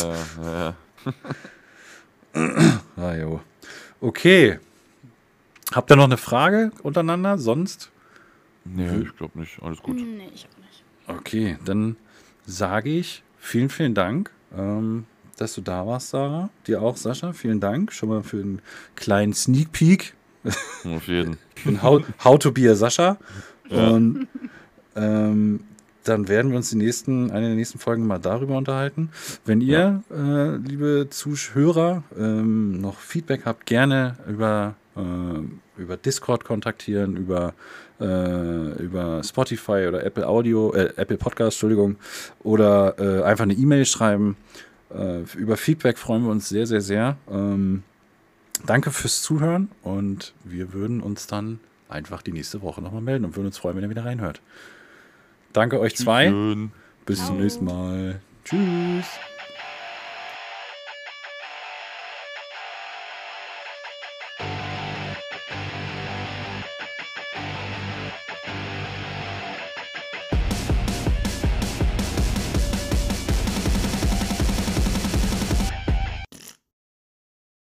Ja. Jo. Okay. Habt ihr noch eine Frage untereinander? Sonst? Nee, ich glaube nicht. Alles gut. Nee, ich auch nicht. Okay, dann sage ich vielen, vielen Dank, dass du da warst, Sarah. Dir auch, Sascha. Vielen Dank schon mal für einen kleinen Sneak Peek. Auf jeden. In How to be a Sascha. Ja. Und dann werden wir uns eine der nächsten Folgen mal darüber unterhalten. Wenn ihr, liebe Zuhörer, noch Feedback habt, gerne über Discord kontaktieren, über Spotify oder Apple Podcast, Entschuldigung, oder einfach eine E-Mail schreiben. Über Feedback freuen wir uns sehr, sehr, sehr. Danke fürs Zuhören und wir würden uns dann einfach die nächste Woche nochmal melden und würden uns freuen, wenn ihr wieder reinhört. Danke euch zwei. Schön. Bis zum nächsten Mal. Tschüss.